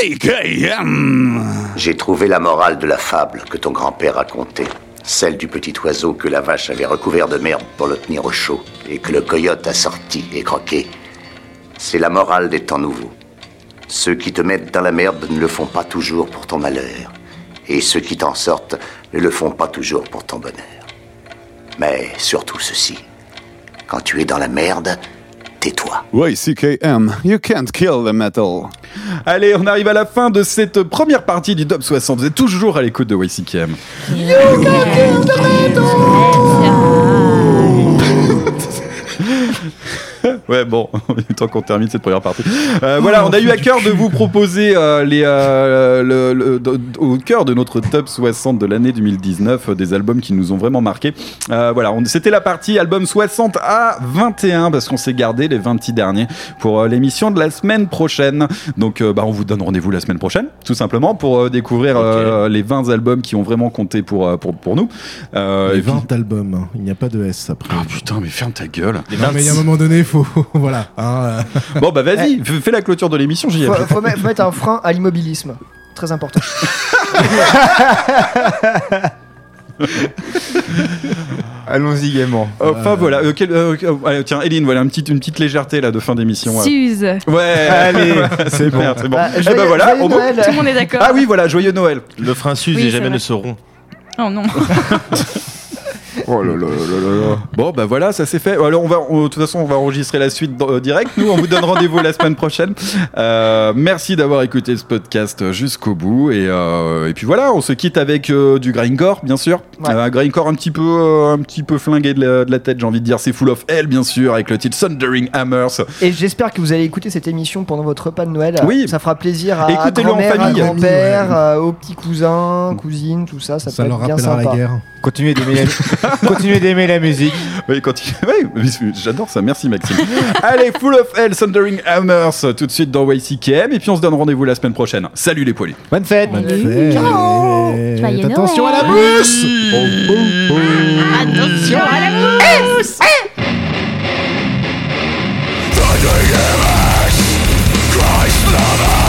C K M.
J'ai trouvé la morale de la fable que ton grand-père racontait. Celle du petit oiseau que la vache avait recouvert de merde pour le tenir au chaud et que le coyote a sorti et croqué. C'est la morale des temps nouveaux. Ceux qui te mettent dans la merde ne le font pas toujours pour ton malheur. Et ceux qui t'en sortent ne le font pas toujours pour ton bonheur. Mais surtout ceci. Quand tu es dans la merde, tais-toi.
Y C K M, you can't kill the metal.
Allez, on arrive à la fin de cette première partie du Top soixante. Vous êtes toujours à l'écoute de Y C K M.
You can kill the metal.
Ouais, bon, tant qu'on termine cette première partie. Euh, voilà, on a eu à cœur de vous proposer euh, les, euh, le, le, de, au cœur de notre top soixante de l'année deux mille dix-neuf, euh, des albums qui nous ont vraiment marqué. Euh, voilà, on, c'était la partie album soixante à vingt et un, parce qu'on s'est gardé les vingt derniers pour euh, l'émission de la semaine prochaine. Donc, euh, bah, on vous donne rendez-vous la semaine prochaine, tout simplement, pour euh, découvrir euh, okay. les vingt albums qui ont vraiment compté pour, euh, pour, pour nous. Euh,
les
et
vingt
puis...
albums, hein. Il n'y a pas de S après.
Oh putain, mais ferme ta gueule.
Non, mais il y a un moment donné, faut. Voilà. Hein, euh...
Bon, bah vas-y, eh. fais la clôture de l'émission, j'y ai.
Faut, faut, mettre, faut mettre un frein à l'immobilisme. Très important.
Allons-y gaiement.
Enfin euh... voilà. Euh, quel, euh, euh, tiens, Eline, voilà une petite, une petite légèreté là de fin d'émission.
Suze.
Ouais.
Allez,
c'est bon. C'est bon.
Bah,
eh
joyeux,
ben voilà.
Joyeux Noël.
Tout le monde est d'accord.
Ah oui, voilà, joyeux Noël.
Le frein s'use
oui,
et jamais
vrai.
ne sauront.
Oh non.
Oh là là là là là. Bon bah voilà, ça c'est fait. Alors on va, on, de toute façon, on va enregistrer la suite euh, direct. Nous, on vous donne rendez-vous la semaine prochaine. Euh, merci d'avoir écouté ce podcast jusqu'au bout. Et, euh, et puis voilà, on se quitte avec euh, du grindcore, bien sûr. Ouais. Euh, un grindcore un petit peu, euh, un petit peu flingué de la, de la tête, j'ai envie de dire. C'est Full of Hell, bien sûr, avec le titre Thundering Hammers.
Et j'espère que vous allez écouter cette émission pendant votre repas de Noël.
Oui.
Ça fera plaisir à
écoutez-le
grand-mère,
en famille,
à grand-père,
ouais.
euh, aux petits cousins, cousines, tout ça. Ça,
ça
peut
leur
être bien
rappellera
sympa.
la guerre.
Continuez d'aimer la... Continuez d'aimer la musique.
Oui, continue... oui, j'adore ça. Merci Maxime. Allez, Full of Hell, Thundering Hammers, tout de suite dans Y C K M. Et puis on se donne rendez-vous la semaine prochaine. Salut les poilus.
Bonne fête.
Bonne fête.
Ciao. Joyeux
Attention
Noël.
à la mousse.
Oh, oh, oh.
Attention à la mousse.
Thundering Hammers, Christ lover.